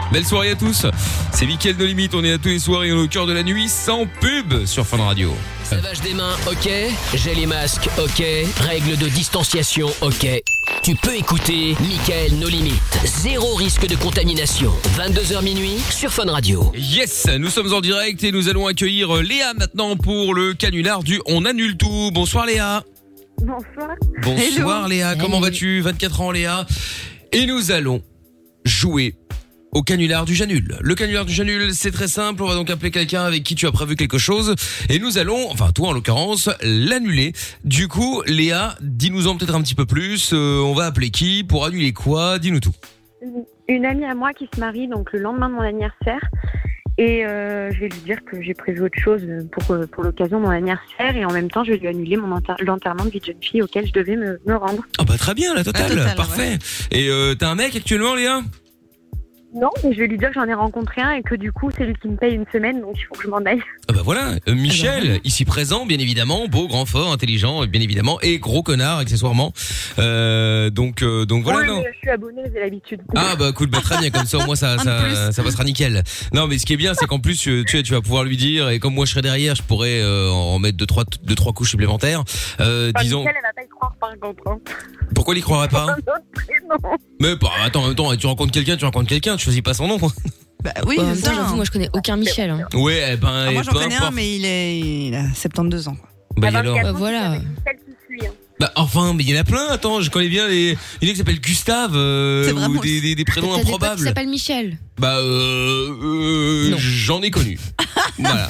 Speaker 2: Belle soirée à tous. C'est Mickaël No Limite. On est là tous les soirs et on est au cœur de la nuit sans pub sur Fun Radio.
Speaker 1: Lavage des mains, ok. Gel et masque, ok. Règles de distanciation, ok. Tu peux écouter Mickaël No Limite. Zéro risque de contamination. 22h minuit sur Fun Radio.
Speaker 2: Yes, nous sommes en direct et nous allons accueillir Léa maintenant pour le canular du On annule tout. Bonsoir Léa.
Speaker 11: Bonsoir.
Speaker 2: Bonsoir
Speaker 11: Hello.
Speaker 2: Léa, comment vas-tu? 24 ans Léa. Et nous allons jouer au canular du Janul. Le canular du Janul, c'est très simple. On va donc appeler quelqu'un avec qui tu as prévu quelque chose. Et nous allons, enfin toi en l'occurrence, l'annuler. Du coup, Léa, dis-nous-en peut-être un petit peu plus. On va appeler qui? Pour annuler quoi? Dis-nous tout.
Speaker 11: Une amie à moi qui se marie donc le lendemain de mon anniversaire. Et je vais lui dire que j'ai prévu autre chose pour l'occasion de mon anniversaire. Et en même temps, je vais lui annuler l'enterrement de vie de jeune fille auquel je devais me rendre.
Speaker 2: Ah bah très bien, la totale, parfait. Ouais. Et t'as un mec actuellement Léa?
Speaker 11: Non, mais je vais lui dire que j'en ai rencontré un et que du coup, c'est lui qui me paye une semaine, donc il faut que je m'en aille.
Speaker 2: Ah bah voilà, Michel, ici présent, bien évidemment, beau, grand, fort, intelligent, bien évidemment, et gros connard, accessoirement. Donc voilà,
Speaker 11: oui,
Speaker 2: non.
Speaker 11: Mais je suis abonnée, j'ai l'habitude.
Speaker 2: Ah bah cool, bah très bien, comme ça au moins ça passera nickel. Non mais ce qui est bien, c'est qu'en plus tu vas pouvoir lui dire, et comme moi je serai derrière, je pourrais en mettre deux trois couches supplémentaires. Disons.
Speaker 11: Michel, elle va pas y croire par contre. Hein.
Speaker 2: Pourquoi il y croirait pas? Mais bah, attends, en même temps, tu rencontres quelqu'un, tu choisis pas son nom.
Speaker 5: Bah oui,
Speaker 3: en même temps, j'avoue, moi je connais aucun Michel. Hein.
Speaker 2: Ouais, ben.
Speaker 5: Moi j'en connais un, mais il a 72 ans. Quoi.
Speaker 2: Bah alors.
Speaker 3: Voilà.
Speaker 2: Bah enfin, mais il y en a plein. Attends, je connais bien il y en a qui s'appellent Gustave ou des prénoms
Speaker 3: T'as
Speaker 2: improbables.
Speaker 3: des potes qui s'appellent Michel.
Speaker 2: Bah j'en ai connu. Voilà.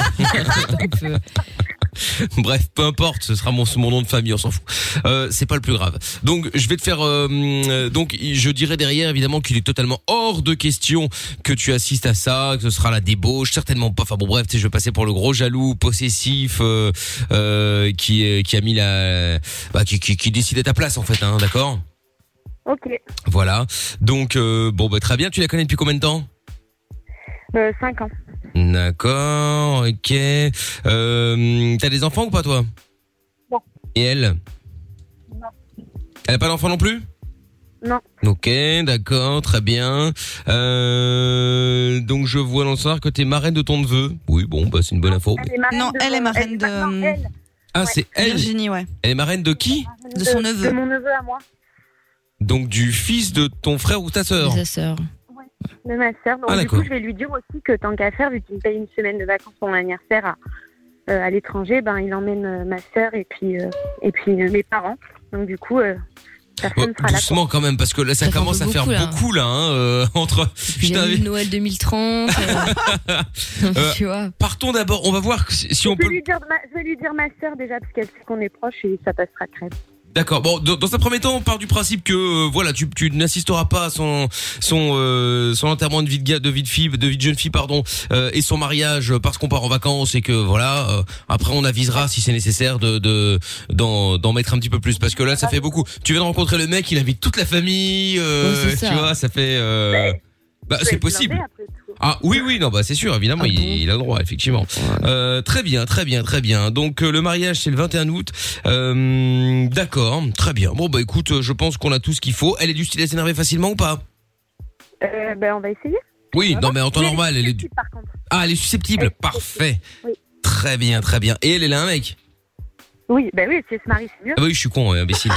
Speaker 2: Bref, peu importe, ce sera mon nom de famille, on s'en fout. C'est pas le plus grave. Donc je vais te faire donc je dirais derrière évidemment qu'il est totalement hors de question que tu assistes à ça, que ce sera la débauche, certainement pas. Enfin bon bref, tu sais, je vais passer pour le gros jaloux possessif qui a mis qui décide à ta place en fait, hein, d'accord?
Speaker 11: OK.
Speaker 2: Voilà. Donc bon bah très bien, tu la connais depuis combien de temps?
Speaker 11: 5 ans.
Speaker 2: D'accord, ok. T'as des enfants ou pas toi?
Speaker 11: Non.
Speaker 2: Et elle?
Speaker 11: Non.
Speaker 2: Elle a pas d'enfant non plus?
Speaker 11: Non.
Speaker 2: Ok, d'accord, très bien. Donc je vois dans le soir que t'es marraine de ton neveu. Oui, bon, bah c'est une bonne info.
Speaker 5: Non, elle est marraine de...
Speaker 2: Ah, c'est elle?
Speaker 5: Virginie, ouais.
Speaker 2: Elle est marraine de qui?
Speaker 5: De son neveu.
Speaker 11: De mon neveu à moi.
Speaker 2: Donc du fils de ton frère ou ta sœur?
Speaker 3: De sa sœur.
Speaker 11: De ma sœur. Donc du coup, je vais lui dire aussi que tant qu'à faire, vu qu'il me paye une semaine de vacances pour mon anniversaire à l'étranger, ben il emmène ma sœur et puis mes parents. Donc du coup, personne sera là.
Speaker 2: Doucement quand même, parce que là ça commence à faire beaucoup là, entre.
Speaker 3: J'ai eu Noël 2030. Tu vois.
Speaker 2: Partons d'abord. On va voir si on peut.
Speaker 11: Je vais lui dire ma sœur déjà parce qu'elle sait qu'on est proches et ça passera crème.
Speaker 2: D'accord. Bon, dans un premier temps, on part du principe que voilà, tu n'assisteras pas à son enterrement de vie de jeune fille, pardon, et son mariage parce qu'on part en vacances et que voilà. Après, on avisera si c'est nécessaire d'en mettre un petit peu plus parce que là, ça fait beaucoup. Tu viens de rencontrer le mec, il invite toute la famille. Tu vois, ça fait. Bah, c'est possible. Ah oui, non, bah c'est sûr, évidemment, il a le droit, effectivement. Très bien. Donc le mariage c'est le 21 août. D'accord, très bien. Bon bah écoute, je pense qu'on a tout ce qu'il faut. Elle est du style à s'énerver facilement ou pas?
Speaker 11: Ben on va essayer.
Speaker 2: Oui, non mais en temps normal, elle est
Speaker 11: par contre.
Speaker 2: Ah, elle est susceptible. Parfait.
Speaker 11: Oui.
Speaker 2: Très bien. Et elle a un mec?
Speaker 11: Oui, ben oui, si elle se marie, c'est mieux.
Speaker 2: Ah bah oui, je suis con, imbécile.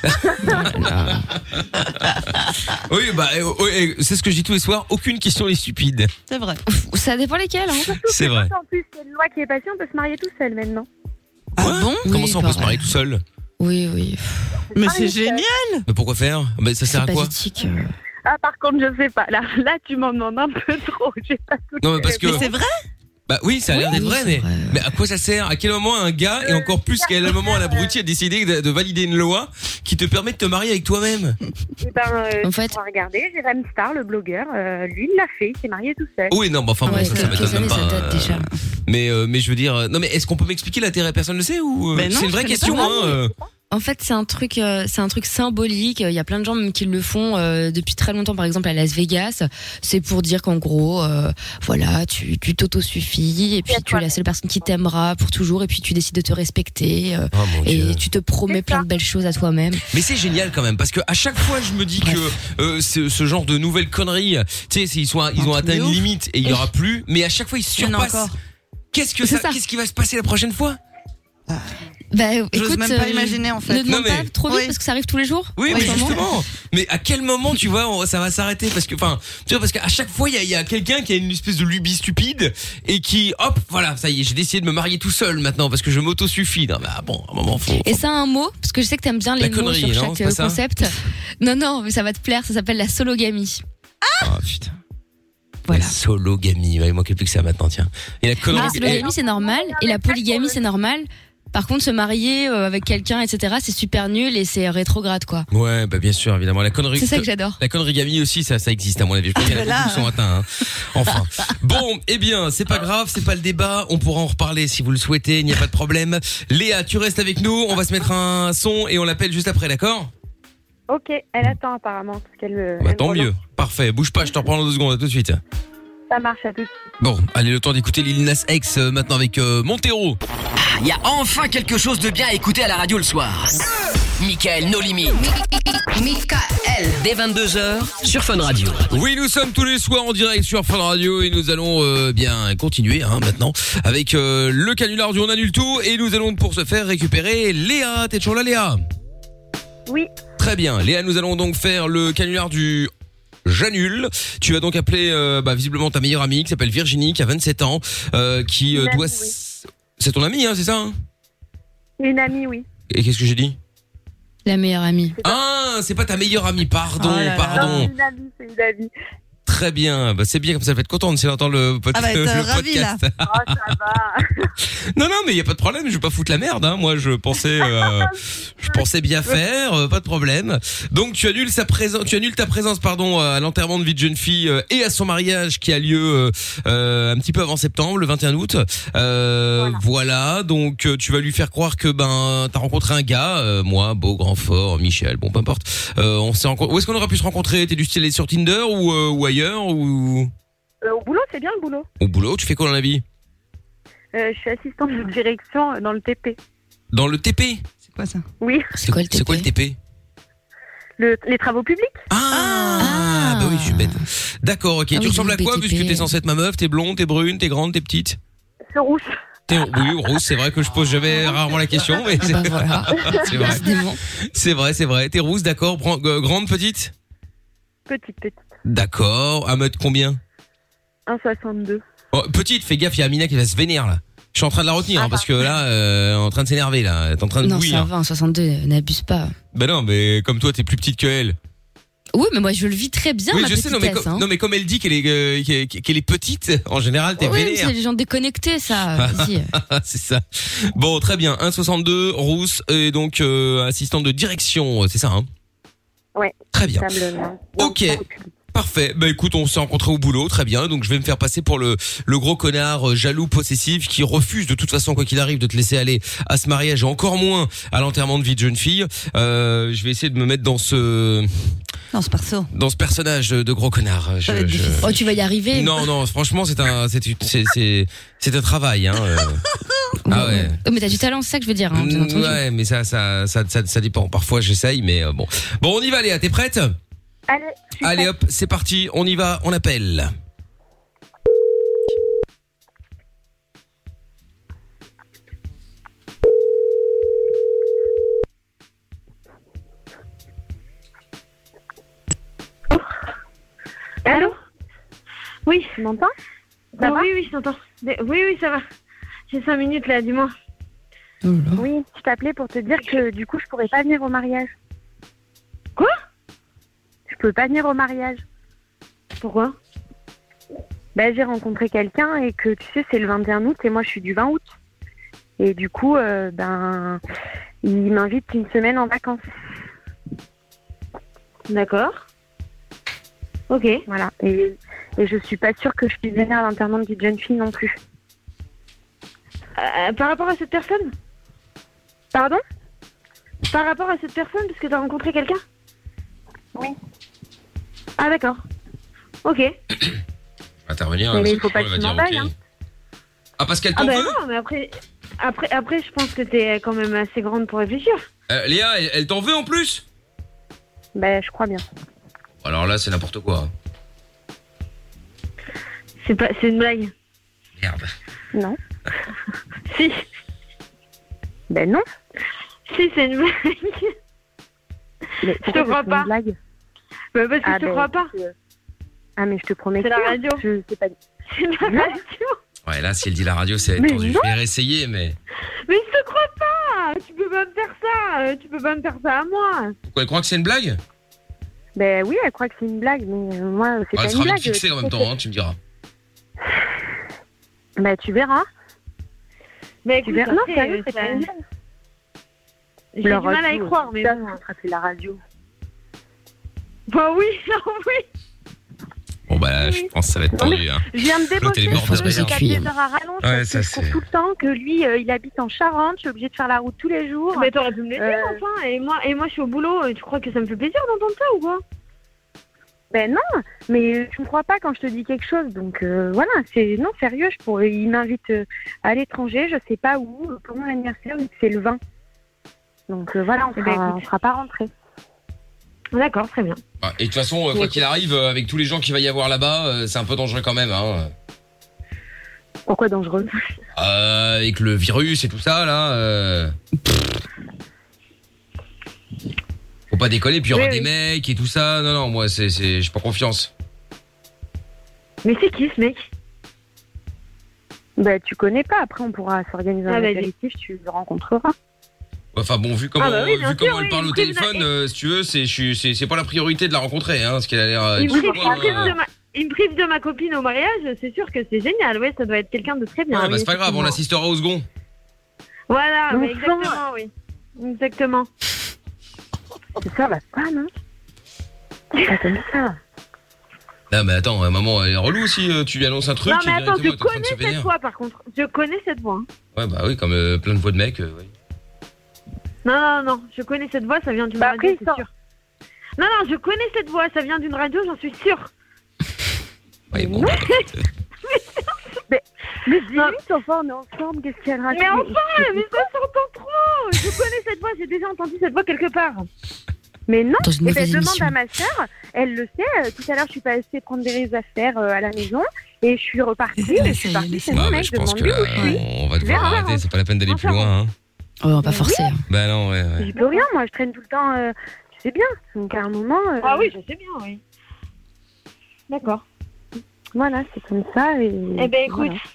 Speaker 2: Oui, bah, c'est ce que je dis tous les soirs, aucune question n'est stupide.
Speaker 5: C'est vrai.
Speaker 3: Ça dépend lesquelles, hein.
Speaker 2: C'est vrai.
Speaker 11: En plus, il y a une loi qui est passée, on peut se marier tout seul maintenant.
Speaker 2: Ah bon? Comment ça, on peut se marier tout seul?
Speaker 3: Oui.
Speaker 5: Mais c'est génial!
Speaker 2: Mais pourquoi faire? Mais ça sert à quoi?
Speaker 11: Ah, par contre, je sais pas. Là, tu m'en demandes un peu trop. J'ai pas tout.
Speaker 2: Non, mais parce que.
Speaker 5: Mais c'est vrai?
Speaker 2: Bah oui, ça a l'air d'être vrai, mais à quoi ça sert? À quel moment un gars, et encore plus qu'à quel moment un abruti a décidé de valider une loi qui te permet de te marier avec toi-même?
Speaker 11: En fait, on va regarder, Jérém Star, le blogueur, lui, il l'a fait, il s'est marié tout seul.
Speaker 2: Oui, non, bah enfin, bon, ça m'étonne même pas. Mais je veux dire, non, mais est-ce qu'on peut m'expliquer l'intérêt? Personne ne le sait ou? C'est une vraie question, hein?
Speaker 3: En fait, c'est un truc symbolique. Il y a plein de gens même qui le font depuis très longtemps. Par exemple, à Las Vegas, c'est pour dire qu'en gros, voilà, tu t'autosuffis et puis tu es la seule personne qui t'aimera pour toujours. Et puis tu décides de te respecter et tu te promets plein de belles choses à toi-même.
Speaker 2: Mais c'est génial quand même parce que à chaque fois, je me dis que ce genre de nouvelles conneries, tu sais, ils ont atteint une limite et il y aura plus. Mais à chaque fois, ils surpassent. Qu'est-ce qui va se passer la prochaine fois?
Speaker 3: Bah,
Speaker 5: j'ose
Speaker 3: écoute,
Speaker 5: même pas imaginer en fait.
Speaker 3: Ne demande pas trop vite parce que ça arrive tous les jours.
Speaker 2: Oui, mais justement. Mais à quel moment tu vois ça va s'arrêter? Parce que parce qu'à chaque fois il y a quelqu'un qui a une espèce de lubie stupide et qui hop voilà ça y est j'ai décidé de me marier tout seul maintenant parce que je m'autosuffis. Non mais bon à un moment faut.
Speaker 3: Et ça a un mot parce que je sais que t'aimes bien les mots sur chaque concept. Non mais ça va te plaire, ça s'appelle la sologamie.
Speaker 2: Ah putain. Voilà. La sologamie, il manquait plus que ça maintenant, tiens. Et la connerie.
Speaker 3: La sologamie, c'est normal, et la polygamie, c'est normal. Par contre, se marier avec quelqu'un, etc., c'est super nul et c'est rétrograde, quoi.
Speaker 2: Ouais, bah bien sûr, évidemment. La connerie.
Speaker 3: C'est ça que j'adore.
Speaker 2: La connerie aussi, ça existe à mon avis. Je pense qu'il y en a beaucoup qui sont atteints. Hein. Enfin. Bon, eh bien, c'est pas grave, c'est pas le débat. On pourra en reparler si vous le souhaitez. Il n'y a pas de problème. Léa, tu restes avec nous. On va se mettre un son et on l'appelle juste après, d'accord?
Speaker 11: Ok, elle attend apparemment parce qu'elle.
Speaker 2: Bah, tant mieux. Parfait. Bouge pas, je t'en prends dans 2 secondes. À tout de suite.
Speaker 11: Ça marche, à tout de suite.
Speaker 2: Bon, allez, le temps d'écouter Lil Nas X maintenant avec Montero.
Speaker 1: Il y a enfin quelque chose de bien à écouter à la radio le soir. Mickaël No Limit. Mickaël. Dès 22h sur Fun Radio.
Speaker 2: Oui, nous sommes tous les soirs en direct sur Fun Radio et nous allons bien continuer maintenant avec le canular du On annule tout et nous allons pour ce faire récupérer Léa. T'es toujours là, Léa?
Speaker 11: Oui.
Speaker 2: Très bien. Léa, nous allons donc faire le canular du J'annule. Tu vas donc appeler visiblement ta meilleure amie qui s'appelle Virginie, qui a 27 ans, qui doit... Oui. C'est ton amie, hein, c'est ça hein?
Speaker 11: Une amie, oui.
Speaker 2: Et qu'est-ce que j'ai dit?
Speaker 3: La meilleure amie.
Speaker 2: Ah, c'est pas ta meilleure amie, pardon.
Speaker 11: Non, une amie, c'est une amie.
Speaker 2: Très bien, bah c'est bien comme ça, elle va être contente si elle entend le podcast.
Speaker 11: Là. Oh, ça va.
Speaker 2: Non, mais il y a pas de problème, je vais pas foutre la merde. Hein. Moi, je pensais bien faire, pas de problème. Donc, tu annules ta présence, à l'enterrement de vie de jeune fille et à son mariage qui a lieu un petit peu avant septembre, le 21 août. Voilà. Donc, tu vas lui faire croire que t'as rencontré un gars, moi, beau, grand, fort, Michel, bon, peu importe. On s'est rencontré. Où est-ce qu'on aurait pu se rencontrer? T'es du style aller sur Tinder ou ailleurs ou
Speaker 11: au boulot, c'est bien le boulot.
Speaker 2: Au boulot, tu fais quoi dans la vie?
Speaker 11: Je suis assistante de direction dans le TP.
Speaker 2: Dans le TP?
Speaker 5: C'est quoi ça?
Speaker 11: Oui.
Speaker 2: C'est quoi le TP?
Speaker 11: Les travaux publics.
Speaker 2: Ah, bah oui, je suis bête. D'accord, ok. Tu ressembles à quoi puisque t'es censée être ma meuf? T'es blonde, t'es brune, t'es grande, t'es petite?
Speaker 11: C'est rousse.
Speaker 2: Oui, rousse, c'est vrai que je pose jamais rarement la question, mais
Speaker 3: voilà.
Speaker 2: C'est vrai. C'est vrai. T'es rousse, d'accord. Grande, petite?
Speaker 11: Petite.
Speaker 2: D'accord. 1 mètre combien?
Speaker 11: 1,62.
Speaker 2: Oh, petite, fais gaffe, il y a Amina qui va se vénère là. Je suis en train de la retenir parce que là, en train de s'énerver là. T'es en train de bouillir.
Speaker 3: Non, ça va, 1,62, n'abuse pas.
Speaker 2: Ben non, mais comme toi, t'es plus petite que elle.
Speaker 3: Oui, mais moi je le vis très bien.
Speaker 2: Oui,
Speaker 3: ma
Speaker 2: je sais, non mais comme elle dit qu'elle est petite, en général, t'es vénère.
Speaker 3: Oui, c'est les gens déconnectés, ça.
Speaker 2: C'est ça. Bon, très bien. 1,62, rousse et donc assistante de direction, c'est ça, hein?
Speaker 11: Ouais.
Speaker 2: Très bien. Ok. Parfait. Bah écoute, on s'est rencontrés au boulot, très bien. Donc je vais me faire passer pour le gros connard jaloux, possessif, qui refuse de toute façon, quoi qu'il arrive, de te laisser aller à ce mariage, et encore moins à l'enterrement de vie de jeune fille. Je vais essayer de me mettre dans ce personnage de gros connard.
Speaker 3: Oh, tu vas y arriver.
Speaker 2: Non, franchement, c'est un travail, hein. Ah ouais.
Speaker 3: Mais t'as du talent, c'est ça que je veux dire, hein, bien entendu.
Speaker 2: Ouais, mais ça dépend. Parfois, j'essaye, mais bon. Bon, on y va, Léa. T'es prête? Allez hop, c'est parti, on y va, on appelle.
Speaker 7: Allô?
Speaker 11: Oui, tu m'entends?
Speaker 7: Ça va? Oui, je t'entends. Oui, ça va. J'ai 5 minutes là, dis-moi.
Speaker 11: Oui, je t'appelais pour te dire que du coup, je pourrais pas venir au mariage.
Speaker 7: Quoi?
Speaker 11: Je peux pas venir au mariage.
Speaker 7: Pourquoi?
Speaker 11: Ben, j'ai rencontré quelqu'un et que tu sais, c'est le 21 août et moi je suis du 20 août. Et du coup, il m'invite une semaine en vacances.
Speaker 7: D'accord. Ok.
Speaker 11: Voilà. Et je suis pas sûre que je puisse venir à l'enterrement d'une jeune fille non plus.
Speaker 7: Par rapport à cette personne?
Speaker 11: Pardon? Par rapport à cette personne, parce que t'as rencontré quelqu'un?
Speaker 7: Oui.
Speaker 11: Ah d'accord. Ok.
Speaker 2: Intervenir.
Speaker 11: Mais il faut pas que tu m'emballes, hein.
Speaker 2: Ah, parce qu'elle t'en
Speaker 11: Ah bah
Speaker 2: veut.
Speaker 11: non, mais après, je pense que t'es quand même assez grande pour réfléchir.
Speaker 2: Léa, elle t'en veut en plus?
Speaker 11: Bah je crois bien.
Speaker 2: Alors là, c'est n'importe quoi.
Speaker 11: C'est une blague.
Speaker 2: Merde.
Speaker 11: Non. Si. Ben non. Si, c'est une blague. Mais je te crois pas. Une blague bah parce que je te crois pas. Ah mais je te promets que
Speaker 4: c'est la radio.
Speaker 11: Je sais pas.
Speaker 4: C'est la radio.
Speaker 2: Ouais, là, si elle dit la radio, c'est tendu. Je vais réessayer, mais...
Speaker 11: Mais je te crois pas. Tu peux pas me faire ça. Tu peux pas me faire ça à moi.
Speaker 2: Pourquoi, elle croit que c'est une blague?
Speaker 11: Ben oui, elle croit que c'est une blague, mais moi, c'est pas
Speaker 2: elle
Speaker 11: une
Speaker 2: sera
Speaker 11: blague.
Speaker 2: vite fixée en même temps, hein, tu me diras.
Speaker 11: Ben tu verras.
Speaker 4: Mais écoute,
Speaker 11: non,
Speaker 4: après,
Speaker 11: c'est pas une blague.
Speaker 4: J'ai du mal à y croire, mais bon.
Speaker 11: Attraper la radio.
Speaker 4: Bah oui, oui.
Speaker 2: Bon bah là, je pense que ça va être tendu, hein.
Speaker 11: Je viens de débaucher,
Speaker 2: j'ai
Speaker 11: 4 heures à rallonge,
Speaker 2: ouais,
Speaker 11: parce que je trouve tout le temps que lui, il habite en Charente, je suis obligée de faire la route tous les jours.
Speaker 4: Mais t'aurais pu me le dire, enfin, et moi je suis au boulot, tu crois que ça me fait plaisir d'entendre ça ou quoi?
Speaker 11: Ben non, mais tu me crois pas quand je te dis quelque chose, donc voilà, non, sérieux, il m'invite à l'étranger, je sais pas où, pour mon anniversaire, vu que c'est le 20. Donc voilà, on sera pas rentrés.
Speaker 4: D'accord, très bien.
Speaker 2: Ah, et de toute façon, quoi qu'il arrive, avec tous les gens qu'il va y avoir là-bas, c'est un peu dangereux quand même, hein.
Speaker 11: Pourquoi dangereux?
Speaker 2: Avec le virus et tout ça, là. Faut pas déconner, puis il y aura des mecs et tout ça. Non, moi, j'ai pas confiance.
Speaker 11: Mais c'est qui ce mec? Bah, tu connais pas. Après, on pourra s'organiser un apéritif, tu le rencontreras.
Speaker 2: Enfin bon, vu comment elle parle au téléphone, si tu veux, c'est pas la priorité de la rencontrer, hein, parce qu'elle a l'air.
Speaker 4: Il me prive de ma copine au mariage, c'est sûr que c'est génial. Ouais, ça doit être quelqu'un de très bien.
Speaker 2: Ouais, bah c'est pas grave, on l'assistera au second.
Speaker 4: Voilà, mais exactement, oui. Exactement.
Speaker 11: C'est ça la femme, hein. Pas comme ça.
Speaker 2: Non mais attends, maman, elle est relou si tu lui annonces un truc.
Speaker 4: Non mais attends, je connais cette voix par contre. Je connais cette voix. Hein.
Speaker 2: Ouais bah oui, comme plein de voix de mecs. Oui.
Speaker 4: Non, je connais cette voix, ça vient d'une radio, c'est sûr. Non, je connais cette voix, ça vient d'une radio, j'en suis sûre.
Speaker 2: Ouais, bon.
Speaker 11: mais dis-lui, enfin, on est ensemble, qu'est-ce qu'elle raconte?
Speaker 4: Mais enfin, mais ça s'entend trop. Je connais cette voix, j'ai déjà entendu cette voix quelque part.
Speaker 11: Mais non, demande à ma sœur, elle le sait. Tout à l'heure, je suis passée prendre des affaires à la maison et je suis repartie. Je suis partie chez mon mec,
Speaker 2: je pense que là, on va devoir arrêter, c'est pas la peine d'aller plus loin, hein.
Speaker 3: Oh, on va pas forcer.
Speaker 11: Oui.
Speaker 3: Hein.
Speaker 2: Bah non, ouais.
Speaker 11: Je peux rien, moi, je traîne tout le temps, tu sais bien. Donc à un moment.
Speaker 4: Ah oui, je sais bien, oui. D'accord.
Speaker 11: Voilà, c'est comme ça. Eh
Speaker 4: ben écoute.
Speaker 11: Voilà.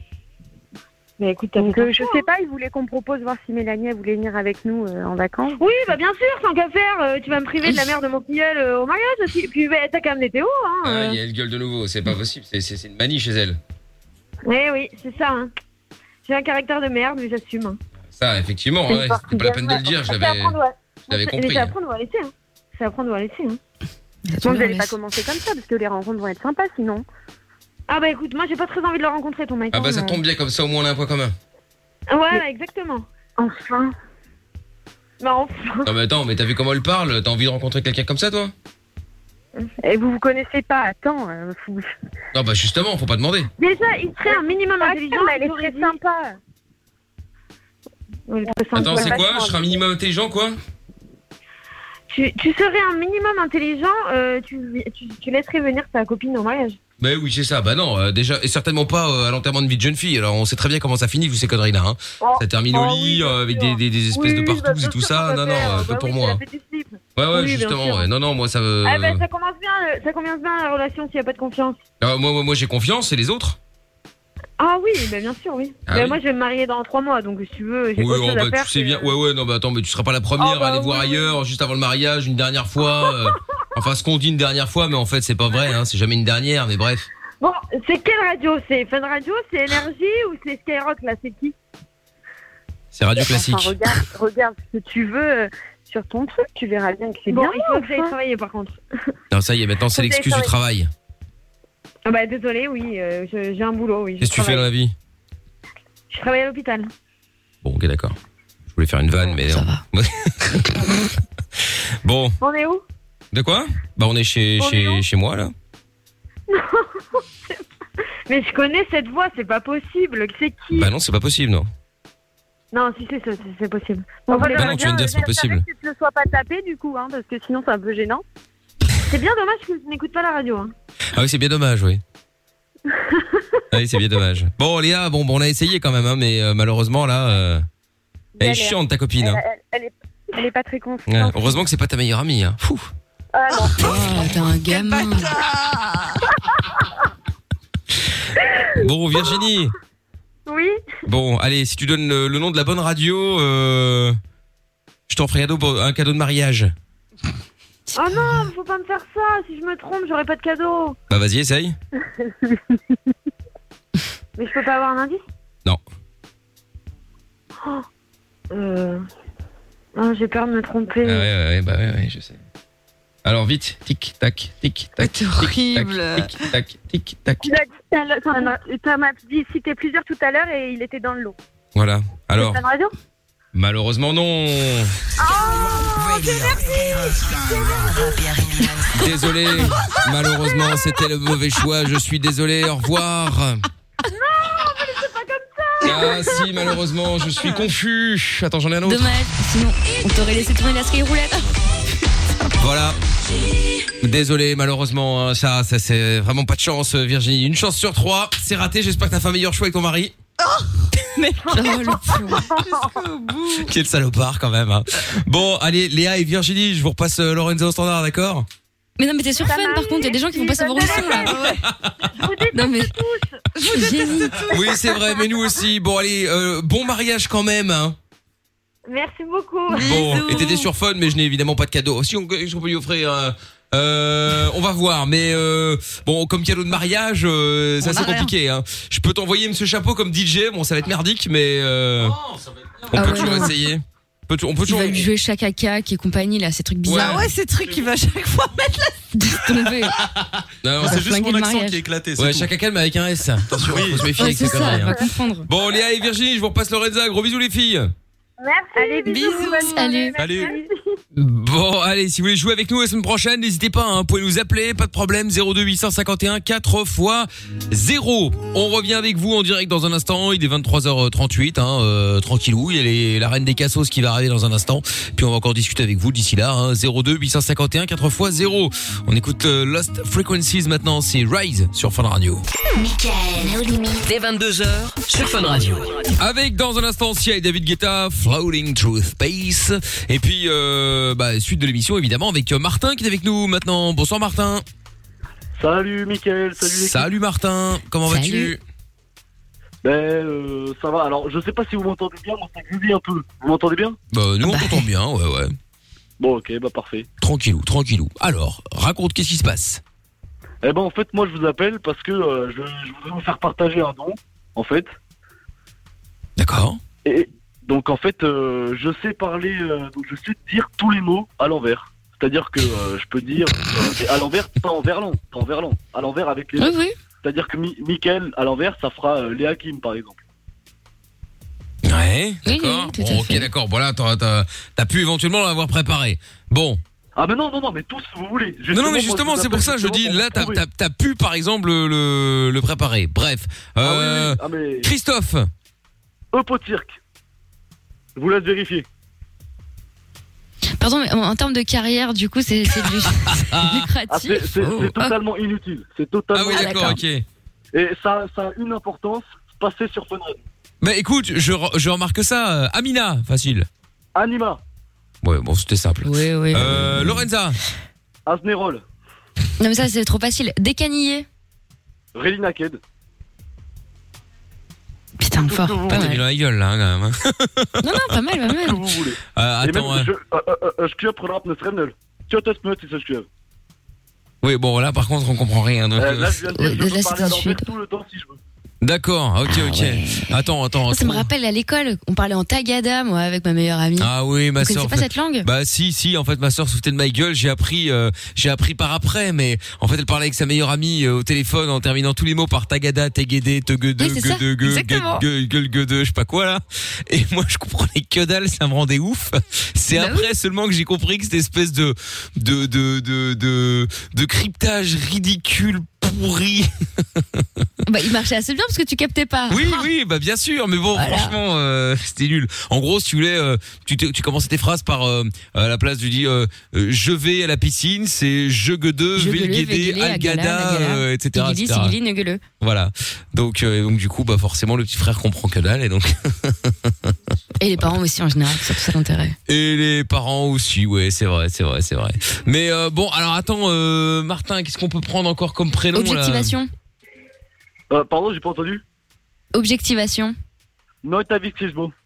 Speaker 11: Mais écoute, donc, je sais pas, il voulait qu'on propose voir si Mélanie elle voulait venir avec nous en vacances.
Speaker 4: Oui, bah bien sûr, tant qu'à faire, tu vas me priver de la mère de mon filleul au mariage aussi. Puis bah, t'as qu'à amener Théo, hein.
Speaker 2: Elle gueule de nouveau, c'est pas possible, c'est une manie chez elle.
Speaker 4: Oui, c'est ça, hein. J'ai un caractère de merde, mais j'assume. Hein.
Speaker 2: Ça, effectivement, ouais, c'était pas la peine de le dire, je l'avais compris.
Speaker 4: C'est à prendre ou à laisser, hein. C'est à prendre ou à laisser, hein.
Speaker 11: Bon, vous n'allez pas commencer comme ça, parce que les rencontres vont être sympas, sinon.
Speaker 4: Ah bah écoute, moi j'ai pas très envie de le rencontrer, ton mec.
Speaker 2: Ah bah ça tombe bien, comme ça au moins on a un point commun.
Speaker 4: Voilà, exactement.
Speaker 11: Enfin.
Speaker 4: Bah enfin.
Speaker 2: Non mais attends, mais t'as vu comment elle parle? T'as envie de rencontrer quelqu'un comme ça, toi?
Speaker 11: Et vous connaissez pas, attends.
Speaker 2: Non bah justement, faut pas demander.
Speaker 4: Déjà, il serait un minimum intelligent.
Speaker 11: Elle est très sympa.
Speaker 2: Attends, c'est quoi? Je serai un minimum intelligent, quoi?
Speaker 4: Tu serais un minimum intelligent, tu laisserais venir ta copine au mariage.
Speaker 2: Bah oui, c'est ça. Bah non, déjà, et certainement pas à l'enterrement de vie de jeune fille. Alors on sait très bien comment ça finit, vous ces conneries-là. Hein. Ça termine au lit, avec des espèces de partous et tout ça. Non, pas pour moi. Ouais, justement. Ouais. Non, moi ça.
Speaker 4: Ah bah ça commence bien la relation s'il y a pas de confiance.
Speaker 2: Moi j'ai confiance, et les autres?
Speaker 4: Ah oui, bah bien sûr, oui.
Speaker 2: Ah, oui.
Speaker 4: Moi je vais me marier dans 3 mois, donc si tu veux, j'ai autre chose à faire.
Speaker 2: Tu sais bien. Ouais, non, bah attends, mais tu seras pas la première à aller voir ailleurs juste avant le mariage, une dernière fois. Enfin, ce qu'on dit une dernière fois, mais en fait, c'est pas vrai, hein. C'est jamais une dernière, mais bref.
Speaker 4: Bon, c'est quelle radio? C'est Fun Radio? C'est Énergie ou c'est Skyrock, là? C'est qui?
Speaker 2: C'est Radio Classique.
Speaker 11: Enfin, regarde ce que tu veux sur ton truc, tu verras bien que c'est bien.
Speaker 4: Il faut que j'aille travailler, par contre.
Speaker 2: Non, ça y est, maintenant, c'est l'excuse du travail.
Speaker 4: Ah bah, désolé, oui, j'ai un boulot, oui.
Speaker 2: Qu'est-ce que tu fais dans la vie?
Speaker 4: Je travaille à l'hôpital.
Speaker 2: Bon, ok, d'accord. Je voulais faire une vanne, mais
Speaker 3: ça
Speaker 2: non.
Speaker 3: va.
Speaker 2: Bon.
Speaker 11: On est où?
Speaker 2: De quoi? Bah on est chez moi là.
Speaker 11: Mais je connais cette voix, c'est pas possible. C'est qui?
Speaker 2: Bah non, c'est pas possible, non.
Speaker 11: Non, si c'est possible.
Speaker 2: Bah non, tu viens de dire c'est pas possible.
Speaker 11: Que tu ne sois pas tapé du coup, hein, parce que sinon c'est un peu gênant. C'est bien dommage que je n'écoute pas la radio. Hein.
Speaker 2: Ah oui, c'est bien dommage, oui. Ah oui, c'est bien dommage. Bon, Léa, bon, on a essayé quand même, hein, mais malheureusement là, elle est chiante ta copine. Hein.
Speaker 11: Elle est pas très confiante.
Speaker 2: Ouais, heureusement que c'est pas ta meilleure amie. Hein. Fou.
Speaker 11: Ah non.
Speaker 3: Oh, t'es un gamin.
Speaker 2: Bon, Virginie.
Speaker 11: Oui.
Speaker 2: Bon, allez, si tu donnes le nom de la bonne radio, je t'en ferai un cadeau de mariage.
Speaker 11: Oh non, faut pas me faire ça. Si je me trompe, j'aurai pas de cadeau.
Speaker 2: Bah vas-y, essaye.
Speaker 11: Mais je peux pas avoir un indice?
Speaker 2: Non.
Speaker 11: Oh, j'ai peur de me tromper.
Speaker 2: Ah ouais, je sais. Alors vite, tic tac,
Speaker 5: C'est horrible.
Speaker 2: Tic tac, tic tac.
Speaker 11: Tu m'as dit cité plusieurs tout à l'heure et il était dans le lot.
Speaker 2: Voilà. Alors.
Speaker 11: C'est Fun Radio?
Speaker 2: Malheureusement non.
Speaker 11: Oh,
Speaker 2: Désolé. Malheureusement, c'était le mauvais choix. Je suis désolé. Au revoir.
Speaker 11: Non, mais c'est pas comme ça.
Speaker 2: Ah si, malheureusement, je suis confus. Attends, j'en ai un autre.
Speaker 3: Dommage. Sinon, on t'aurait laissé tourner la Sky Roulette.
Speaker 2: Voilà. Désolé, malheureusement, hein, ça c'est vraiment pas de chance, Virginie. Une chance sur 3, c'est raté. J'espère que t'as fait un meilleur choix avec ton mari.
Speaker 3: Mais le
Speaker 2: Quel salopard quand même. Hein. Bon, allez, Léa et Virginie, je vous repasse Lorenzo au standard, d'accord?
Speaker 3: Mais non, mais t'es sur Fun par contre, il y a des gens qui vont pas savoir où ils sont là. Non mais
Speaker 2: oui, c'est vrai, mais nous aussi. Bon, allez, bon mariage quand même. Hein.
Speaker 11: Merci beaucoup.
Speaker 2: Bon, et t'étais sur Fun, mais je n'ai évidemment pas de cadeau. Si on peut lui offrir, on va voir. Mais bon, comme cadeau de mariage, c'est assez compliqué. Hein. Je peux t'envoyer Monsieur Chapeau comme DJ. Bon, ça va être merdique, mais on peut toujours essayer. On peut
Speaker 3: toujours. Il va lui jouer Chaka Kak et compagnie là, ces trucs bizarres.
Speaker 5: Ah ouais, ces trucs qu'il va chaque fois mettre là.
Speaker 2: Non,
Speaker 10: c'est juste mon accent qui est éclaté.
Speaker 2: Ouais, Chaka Kak mais avec un S. Attention, faut se méfier avec ces conneries.
Speaker 3: On va comprendre.
Speaker 2: Bon, Léa et Virginie, je vous repasse Lorenza. Gros bisous les filles.
Speaker 11: Merci. Allez, bisous.
Speaker 3: Salut.
Speaker 2: Salut. Bon, allez, si vous voulez jouer avec nous la semaine prochaine, n'hésitez pas, hein, vous pouvez nous appeler, pas de problème, 02 851 4x0. On revient avec vous en direct dans un instant, il est 23h38, hein, tranquillou, il y a la reine des cassos qui va arriver dans un instant, puis on va encore discuter avec vous d'ici là, hein, 02 851 4x0. On écoute Lost Frequencies maintenant, c'est Rise sur Fun Radio.
Speaker 6: Mickaël, nos limites.
Speaker 1: Dès 22h sur Fun Radio.
Speaker 2: Avec dans un instant Sia et David Guetta, Floating Through Space. Et puis suite de l'émission évidemment avec Martin qui est avec nous maintenant. Bonsoir Martin.
Speaker 9: Salut Mickaël,
Speaker 2: salut Martin, comment vas-tu?
Speaker 9: Ça va, alors je sais pas si vous m'entendez bien, moi ça grésille un peu. Vous m'entendez bien?
Speaker 2: Bah nous on t'entend bien, ouais.
Speaker 9: Bon ok, bah parfait.
Speaker 2: Tranquillou. Alors, raconte, qu'est-ce qui se passe?
Speaker 9: Eh ben en fait moi je vous appelle parce que je voudrais vous faire partager un don, en fait.
Speaker 2: D'accord.
Speaker 9: Et donc en fait je sais parler, donc je sais dire tous les mots à l'envers. C'est-à-dire que je peux dire à l'envers, pas en verlan, à l'envers avec les.
Speaker 3: Oui.
Speaker 9: C'est-à-dire que Mickaël à l'envers ça fera Léa Kim par exemple.
Speaker 2: Ouais, d'accord.
Speaker 3: Oui, tout à fait.
Speaker 2: Ok, d'accord. Voilà, t'as pu éventuellement l'avoir préparé. Bon.
Speaker 9: Ah mais non, mais tous si vous voulez.
Speaker 2: Non, mais justement, c'est pour ça que je dis, là, t'as pu, par exemple, le préparer. Bref.
Speaker 9: Mais...
Speaker 2: Christophe.
Speaker 9: Potirk. Je vous laisse vérifier.
Speaker 3: Pardon, mais en termes de carrière, du coup, c'est lucratif.
Speaker 9: C'est totalement inutile. C'est totalement.
Speaker 2: Ah oui, d'accord, ok.
Speaker 9: Et ça a une importance, passer sur Fun Radio.
Speaker 2: Mais écoute, je remarque ça. Amina, facile.
Speaker 9: Anima.
Speaker 2: Ouais, bon, c'était simple.
Speaker 3: Oui.
Speaker 2: Lorenza.
Speaker 9: Asnerol.
Speaker 3: Non, mais ça, c'est trop facile. Décanillé.
Speaker 9: Relly Naked.
Speaker 3: Putain, fort.
Speaker 2: Pas t'as mis dans la gueule, là, quand même.
Speaker 3: Non, pas mal.
Speaker 9: Ce que vous voulez.
Speaker 2: Attends,
Speaker 9: je peux prendre un Sremnel. Tu as testé, c'est ça que je veux.
Speaker 2: Oui, bon, là, par contre, on comprend rien. Donc,
Speaker 9: là, je viens de dire, je peux
Speaker 3: là,
Speaker 9: parler à
Speaker 3: c'est
Speaker 9: l'envers tout le temps si je veux.
Speaker 2: D'accord, ok.
Speaker 3: Ouais.
Speaker 2: Attends.
Speaker 3: Ça me rappelle à l'école, on parlait en tagada, moi, avec ma meilleure amie.
Speaker 2: Ah oui, ma
Speaker 3: sœur. Vous connaissez pas cette langue?
Speaker 2: Bah si, en fait ma sœur se foutait de ma gueule, j'ai appris par après, mais en fait elle parlait avec sa meilleure amie au téléphone en terminant tous les mots par tagada, tegede, teguede, gueudeux, je sais pas quoi là. Et moi je comprenais que dalle, ça me rendait ouf. C'est après seulement que j'ai compris que cette espèce de cryptage ridicule pourri.
Speaker 3: Bah, il marchait assez bien parce que tu captais pas.
Speaker 2: Oui, bah bien sûr, mais bon, franchement, c'était nul. En gros, si tu voulais, tu commençais tes phrases par à la place tu dis je vais à la piscine, c'est je gueudeux, velguédé, algada, etc.
Speaker 3: Sigili, negueleux.
Speaker 2: Voilà. Donc du coup, bah forcément, le petit frère comprend que dalle et donc.
Speaker 3: Et les parents aussi en général, c'est tout ça l'intérêt.
Speaker 2: Et les parents aussi, ouais, c'est vrai. Mais bon, alors attends, Martin, qu'est-ce qu'on peut prendre encore comme prénom?
Speaker 3: Objectivation.
Speaker 9: Pardon, j'ai pas entendu.
Speaker 3: Objectivation.
Speaker 9: Non, t'as vu que c'est beau.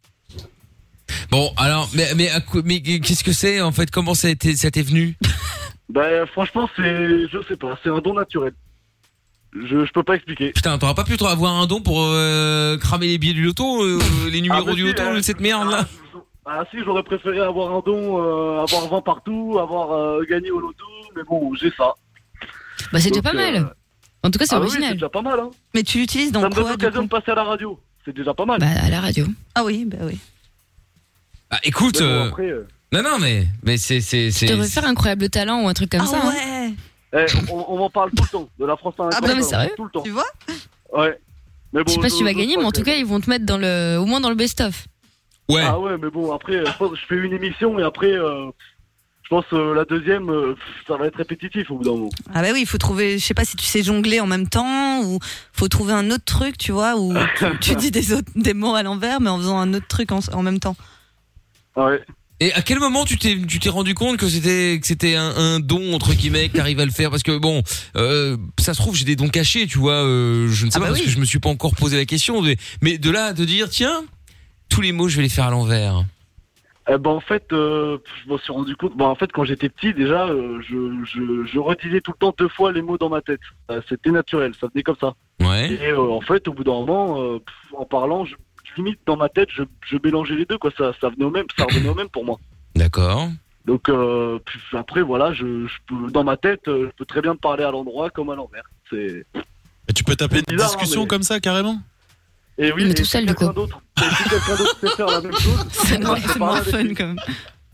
Speaker 2: Bon, alors, mais qu'est-ce que c'est en fait? Comment ça t'est venu?
Speaker 9: Ben, franchement, je sais pas, c'est un don naturel. Je peux pas expliquer.
Speaker 2: Putain, t'auras pas pu avoir un don pour cramer les billets du loto, les numéros du loto, cette merde là?
Speaker 9: Ah si, j'aurais préféré avoir un don, avoir 20 partout, avoir gagné au loto, mais bon, j'ai ça.
Speaker 3: Bah c'est déjà pas mal. En tout cas, c'est original.
Speaker 9: Oui, c'est déjà pas mal, hein.
Speaker 5: Mais tu l'utilises dans quoi?
Speaker 9: Ça me donne l'occasion de passer à la radio. C'est déjà pas mal.
Speaker 3: Bah à la radio.
Speaker 5: Ah oui, bah oui.
Speaker 2: Ah écoute, bon, après, non mais c'est.
Speaker 3: Tu devrais faire Incroyable Talent ou un truc comme ça.
Speaker 5: Ouais.
Speaker 9: Hein. On m'en parle tout le temps de la France.
Speaker 5: Ah bah mais sérieux,
Speaker 9: tout le temps.
Speaker 5: Tu vois?
Speaker 9: Ouais. Mais bon,
Speaker 3: je sais pas si tu vas gagner, mais en tout cas, ils vont te mettre au moins dans le best-of.
Speaker 2: Ouais.
Speaker 9: Ah ouais, mais bon, après, je fais une émission et après, je pense la deuxième, ça va être répétitif au bout d'un moment.
Speaker 5: Ah bah oui, il faut trouver, je sais pas si tu sais jongler en même temps ou faut trouver un autre truc, tu vois, où tu dis des mots à l'envers, mais en faisant un autre truc en même temps.
Speaker 9: Ah ouais.
Speaker 2: Et à quel moment tu t'es rendu compte que c'était un don entre guillemets que t'arrives à le faire? Parce que bon, ça se trouve j'ai des dons cachés, tu vois, je ne sais pas parce que je me suis pas encore posé la question, mais de là de dire tiens, tous les mots je vais les faire à l'envers.
Speaker 9: En fait, je me suis rendu compte. En fait, quand j'étais petit, déjà, je redisais tout le temps 2 fois les mots dans ma tête. C'était naturel, ça venait comme ça.
Speaker 2: Ouais.
Speaker 9: Et en fait, au bout d'un moment, en parlant, limite dans ma tête, je mélangeais les deux, quoi. Ça venait au même, ça revenait au même pour moi.
Speaker 2: D'accord.
Speaker 9: Donc après, voilà, je peux, dans ma tête, je peux très bien parler à l'endroit comme à l'envers.
Speaker 10: Et tu peux t'appeler une discussion comme ça, carrément?
Speaker 9: Et oui,
Speaker 3: mais tout seul, du coup.
Speaker 9: Si quelqu'un d'autre sait faire la même chose,
Speaker 5: c'est moins fun quand même.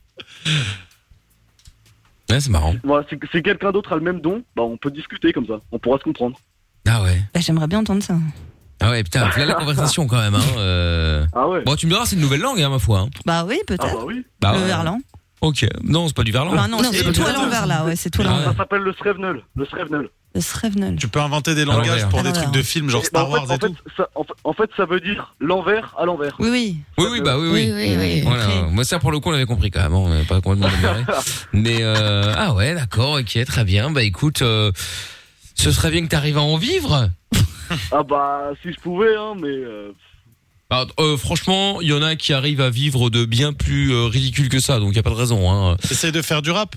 Speaker 2: Ouais, c'est marrant.
Speaker 9: Voilà, si quelqu'un d'autre a le même don, bah on peut discuter comme ça, on pourra se comprendre.
Speaker 2: Ah ouais.
Speaker 5: Bah, j'aimerais bien entendre ça.
Speaker 2: Ah ouais, putain, là la conversation quand même.
Speaker 9: Ah ouais.
Speaker 2: Bon, tu me diras, c'est une nouvelle langue, hein, ma foi. Hein.
Speaker 5: Bah oui, peut-être.
Speaker 9: Ah bah oui.
Speaker 2: Bah,
Speaker 5: le verlan.
Speaker 2: Ok. Non, c'est pas du verlan.
Speaker 5: Bah non, c'est tout à l'envers là. Ouais, c'est tout à l'envers.
Speaker 9: Ça s'appelle le Srevenel.
Speaker 5: Le Srevenel.
Speaker 10: Tu peux inventer des langages pour des trucs de films genre Star Wars et tout.
Speaker 9: En fait, ça veut dire l'envers à l'envers.
Speaker 5: Oui.
Speaker 2: Oui. Voilà. Moi, ça, pour le coup, on avait compris quand même. On n'avait pas complètement démarré. Mais, ah ouais, d'accord, ok, très bien. Bah écoute, ce serait bien que t'arrives à en vivre.
Speaker 9: Ah bah, si je pouvais, hein, mais...
Speaker 2: Alors, franchement, il y en a qui arrivent à vivre de bien plus ridicule que ça, donc il y a pas de raison. Hein.
Speaker 10: Essaye de faire du rap.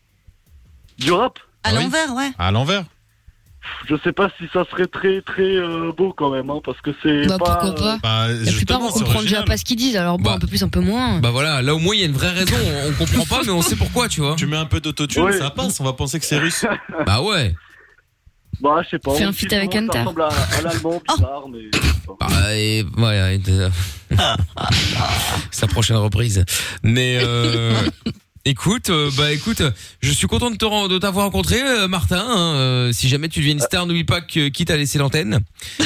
Speaker 9: Du rap?
Speaker 5: À l'envers, ouais.
Speaker 10: À l'envers.
Speaker 9: Je sais pas si ça serait très très beau quand même, hein, parce que c'est
Speaker 3: bah,
Speaker 9: pas...
Speaker 3: pourquoi pas. La plupart on comprend déjà pas ce qu'ils disent, alors bon, un peu plus, un peu moins.
Speaker 2: Bah voilà, là au moins il y a une vraie raison, on comprend pas mais on sait pourquoi, tu vois.
Speaker 10: Tu mets un peu d'autotune, ça passe, on va penser que c'est russe.
Speaker 2: Bah ouais.
Speaker 9: Bah je sais pas.
Speaker 3: Fais un feat avec Anta.
Speaker 9: Ça ressemble à l'allemand bizarre, mais...
Speaker 2: Bah et... ouais, sa prochaine reprise. Mais... Écoute, je suis content de t'avoir rencontré, Martin. Hein, si jamais tu deviens une star, n'oublie pas que quitte à laisser l'antenne.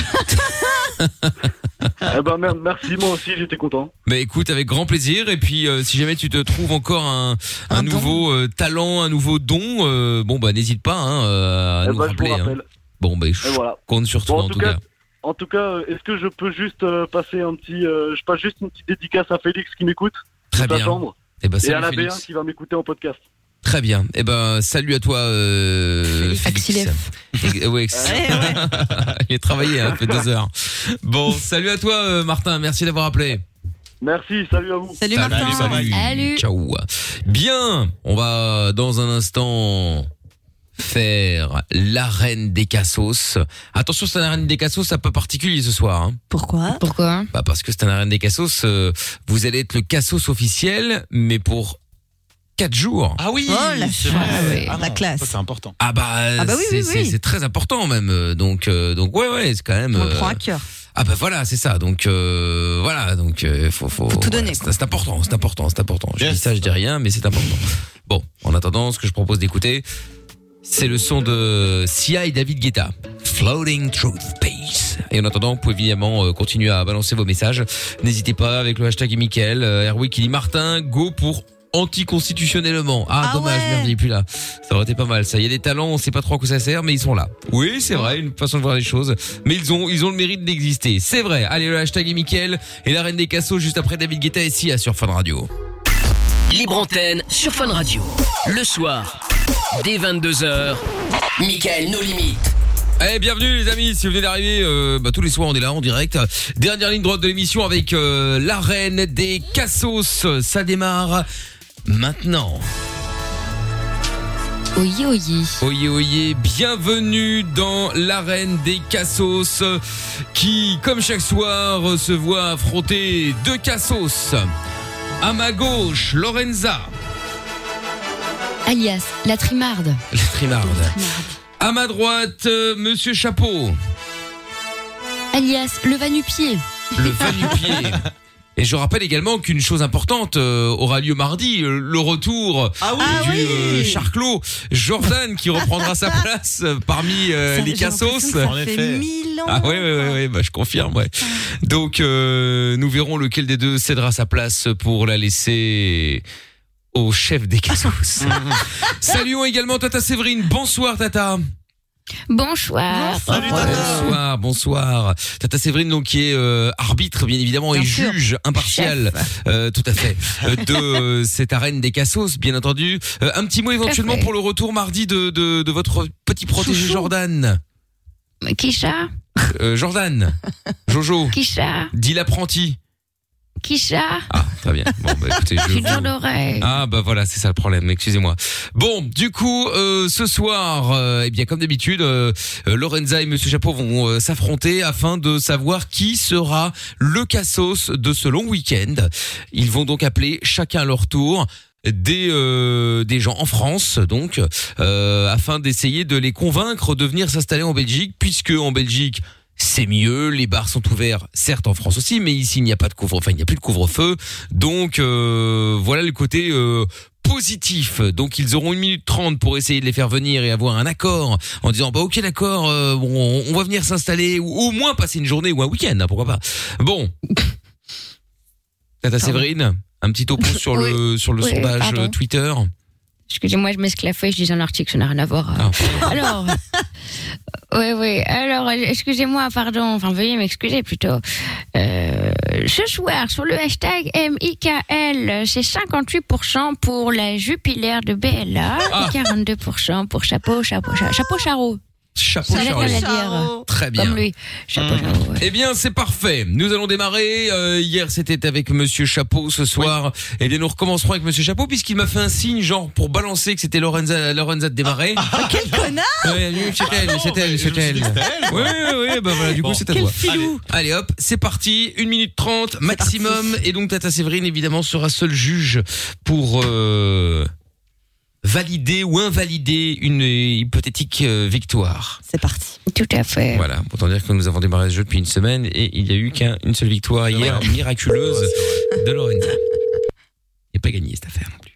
Speaker 9: Eh ben merci, moi aussi j'étais content.
Speaker 2: Bah écoute, avec grand plaisir. Et puis si jamais tu te trouves encore un nouveau talent, un nouveau don, bon bah n'hésite pas à nous rappeler. Hein. Bon bah je compte sur toi en tout cas.
Speaker 9: En tout cas, est-ce que je peux juste passer un petit, je passe juste une petite dédicace à Félix qui m'écoute.
Speaker 2: Très bien.
Speaker 9: Chambre.
Speaker 2: Et
Speaker 9: à la B1 qui va m'écouter en podcast.
Speaker 2: Très bien. Et salut à toi, Félix. Ouais. Il a travaillé, hein, fait 2 heures. Bon, salut à toi, Martin. Merci d'avoir appelé.
Speaker 9: Merci, salut à vous.
Speaker 5: Salut Martin.
Speaker 3: Salut.
Speaker 2: Ciao. Bien, on va dans un instant faire l'arène des Cassos. Attention, c'est une arène des Cassos un peu particulier ce soir. Hein.
Speaker 5: Pourquoi
Speaker 2: Bah parce que c'est une arène des Cassos. Vous allez être le Cassos officiel, mais pour 4 jours.
Speaker 10: Ah oui,
Speaker 5: c'est
Speaker 10: vrai.
Speaker 5: La classe.
Speaker 10: Ça, c'est important.
Speaker 2: Ah bah,
Speaker 5: oui.
Speaker 2: c'est très important même. Donc ouais, c'est quand même.
Speaker 5: On le prend à cœur.
Speaker 2: Ah bah voilà, c'est ça. Donc faut
Speaker 5: tout donner.
Speaker 2: C'est important. Je dis ça, je dis rien, mais c'est important. Bon, en attendant, ce que je propose d'écouter, c'est le son de Sia et David Guetta, Floating Through Space. Et en attendant, vous pouvez évidemment continuer à balancer vos messages. N'hésitez pas avec le hashtag Mickaël. Erwick qui dit Martin, go pour anticonstitutionnellement. Ah dommage, merde, il est plus là. Ça aurait été pas mal. Ça, il y a des talents, on sait pas trop à quoi ça sert, mais ils sont là. Oui, c'est vrai, une façon de voir les choses. Mais ils ont le mérite d'exister. C'est vrai. Allez, le hashtag est Mickaël et la reine des Cassos juste après David Guetta et Sia sur Fun Radio.
Speaker 1: Libre antenne sur Fun Radio. Le soir, dès 22h, Mickaël No Limites.
Speaker 2: Allez, bienvenue les amis, si vous venez d'arriver, tous les soirs on est là en direct. Dernière ligne droite de l'émission avec la reine des Cassos. Ça démarre maintenant. Oyez, bienvenue dans l'arène des Cassos qui, comme chaque soir, se voit affronter 2 Cassos. À ma gauche, Lorenza.
Speaker 3: Alias, la Trimarde.
Speaker 2: À ma droite, Monsieur Chapeau.
Speaker 3: Alias, le va-nu-pied. Et
Speaker 2: je rappelle également qu'une chose importante aura lieu mardi, le retour du Charclos, Jordan qui reprendra sa place parmi les Cassos.
Speaker 5: Ça fait 1000 ans.
Speaker 2: Ah ouais, je confirme, ouais. Donc nous verrons lequel des deux cédera sa place pour la laisser au chef des Cassos. Saluons également Tata Séverine. Bonsoir Tata.
Speaker 3: Bonsoir.
Speaker 10: Salut Tata.
Speaker 2: Bonsoir. Tata Séverine donc qui est arbitre bien évidemment et juge impartial tout à fait de cette arène des Cassos bien entendu. Un petit mot éventuellement pour le retour mardi de votre petit protégé Chouchou. Jordan.
Speaker 3: Kisha.
Speaker 2: Jordan. Jojo.
Speaker 3: Kisha.
Speaker 2: Dit l'apprenti.
Speaker 3: Kisha.
Speaker 2: Ah, très bien. Bon, bah, écoutez,
Speaker 3: j'ai dur d'oreille.
Speaker 2: Ah, bah voilà, c'est ça le problème. Excusez-moi. Bon, du coup, ce soir, eh bien, comme d'habitude, Lorenza et Monsieur Chapeau vont s'affronter afin de savoir qui sera le Cassos de ce long week-end. Ils vont donc appeler chacun à leur tour des gens en France, donc, afin d'essayer de les convaincre de venir s'installer en Belgique, puisque en Belgique, c'est mieux, les bars sont ouverts, certes en France aussi, mais ici il n'y a pas de il n'y a plus de couvre-feu. Donc voilà le côté positif. Donc ils auront 1 minute 30 pour essayer de les faire venir et avoir un accord en disant bah OK d'accord, on va venir s'installer ou au moins passer une journée ou un week-end, hein, pourquoi pas. Bon. Tata Séverine, un petit topo sur le sondage Twitter.
Speaker 3: Excusez-moi, je m'esclafouille, je dis un article, ça n'a rien à voir. Alors, alors, excusez-moi, pardon, enfin, veuillez m'excuser plutôt. Ce soir, sur le hashtag MIKL, c'est 58% pour la Jupiler de BLA, et 42% pour Chapeau Charot.
Speaker 2: Chapeau Charot. Très bien.
Speaker 3: Comme lui. Chapeau Charot.
Speaker 2: Eh bien, c'est parfait. Nous allons démarrer. Hier, c'était avec Monsieur Chapeau. Ce soir, eh bien, nous recommencerons avec Monsieur Chapeau puisqu'il m'a fait un signe, genre, pour balancer que c'était Lorenza de démarrer.
Speaker 5: Quel connard!
Speaker 2: Ouais, c'est elle. Oui, bah voilà, du coup, c'est à toi. Allez, hop, c'est parti. 1 minute 30 maximum. Et donc, Tata Séverine, évidemment, sera seul juge pour, valider ou invalider une hypothétique victoire.
Speaker 5: C'est parti.
Speaker 3: Tout à fait.
Speaker 2: Voilà, autant dire que nous avons démarré ce jeu depuis une semaine et il n'y a eu qu'une seule victoire hier, miraculeuse, de Lorenza. Il n'est pas gagné cette affaire non plus.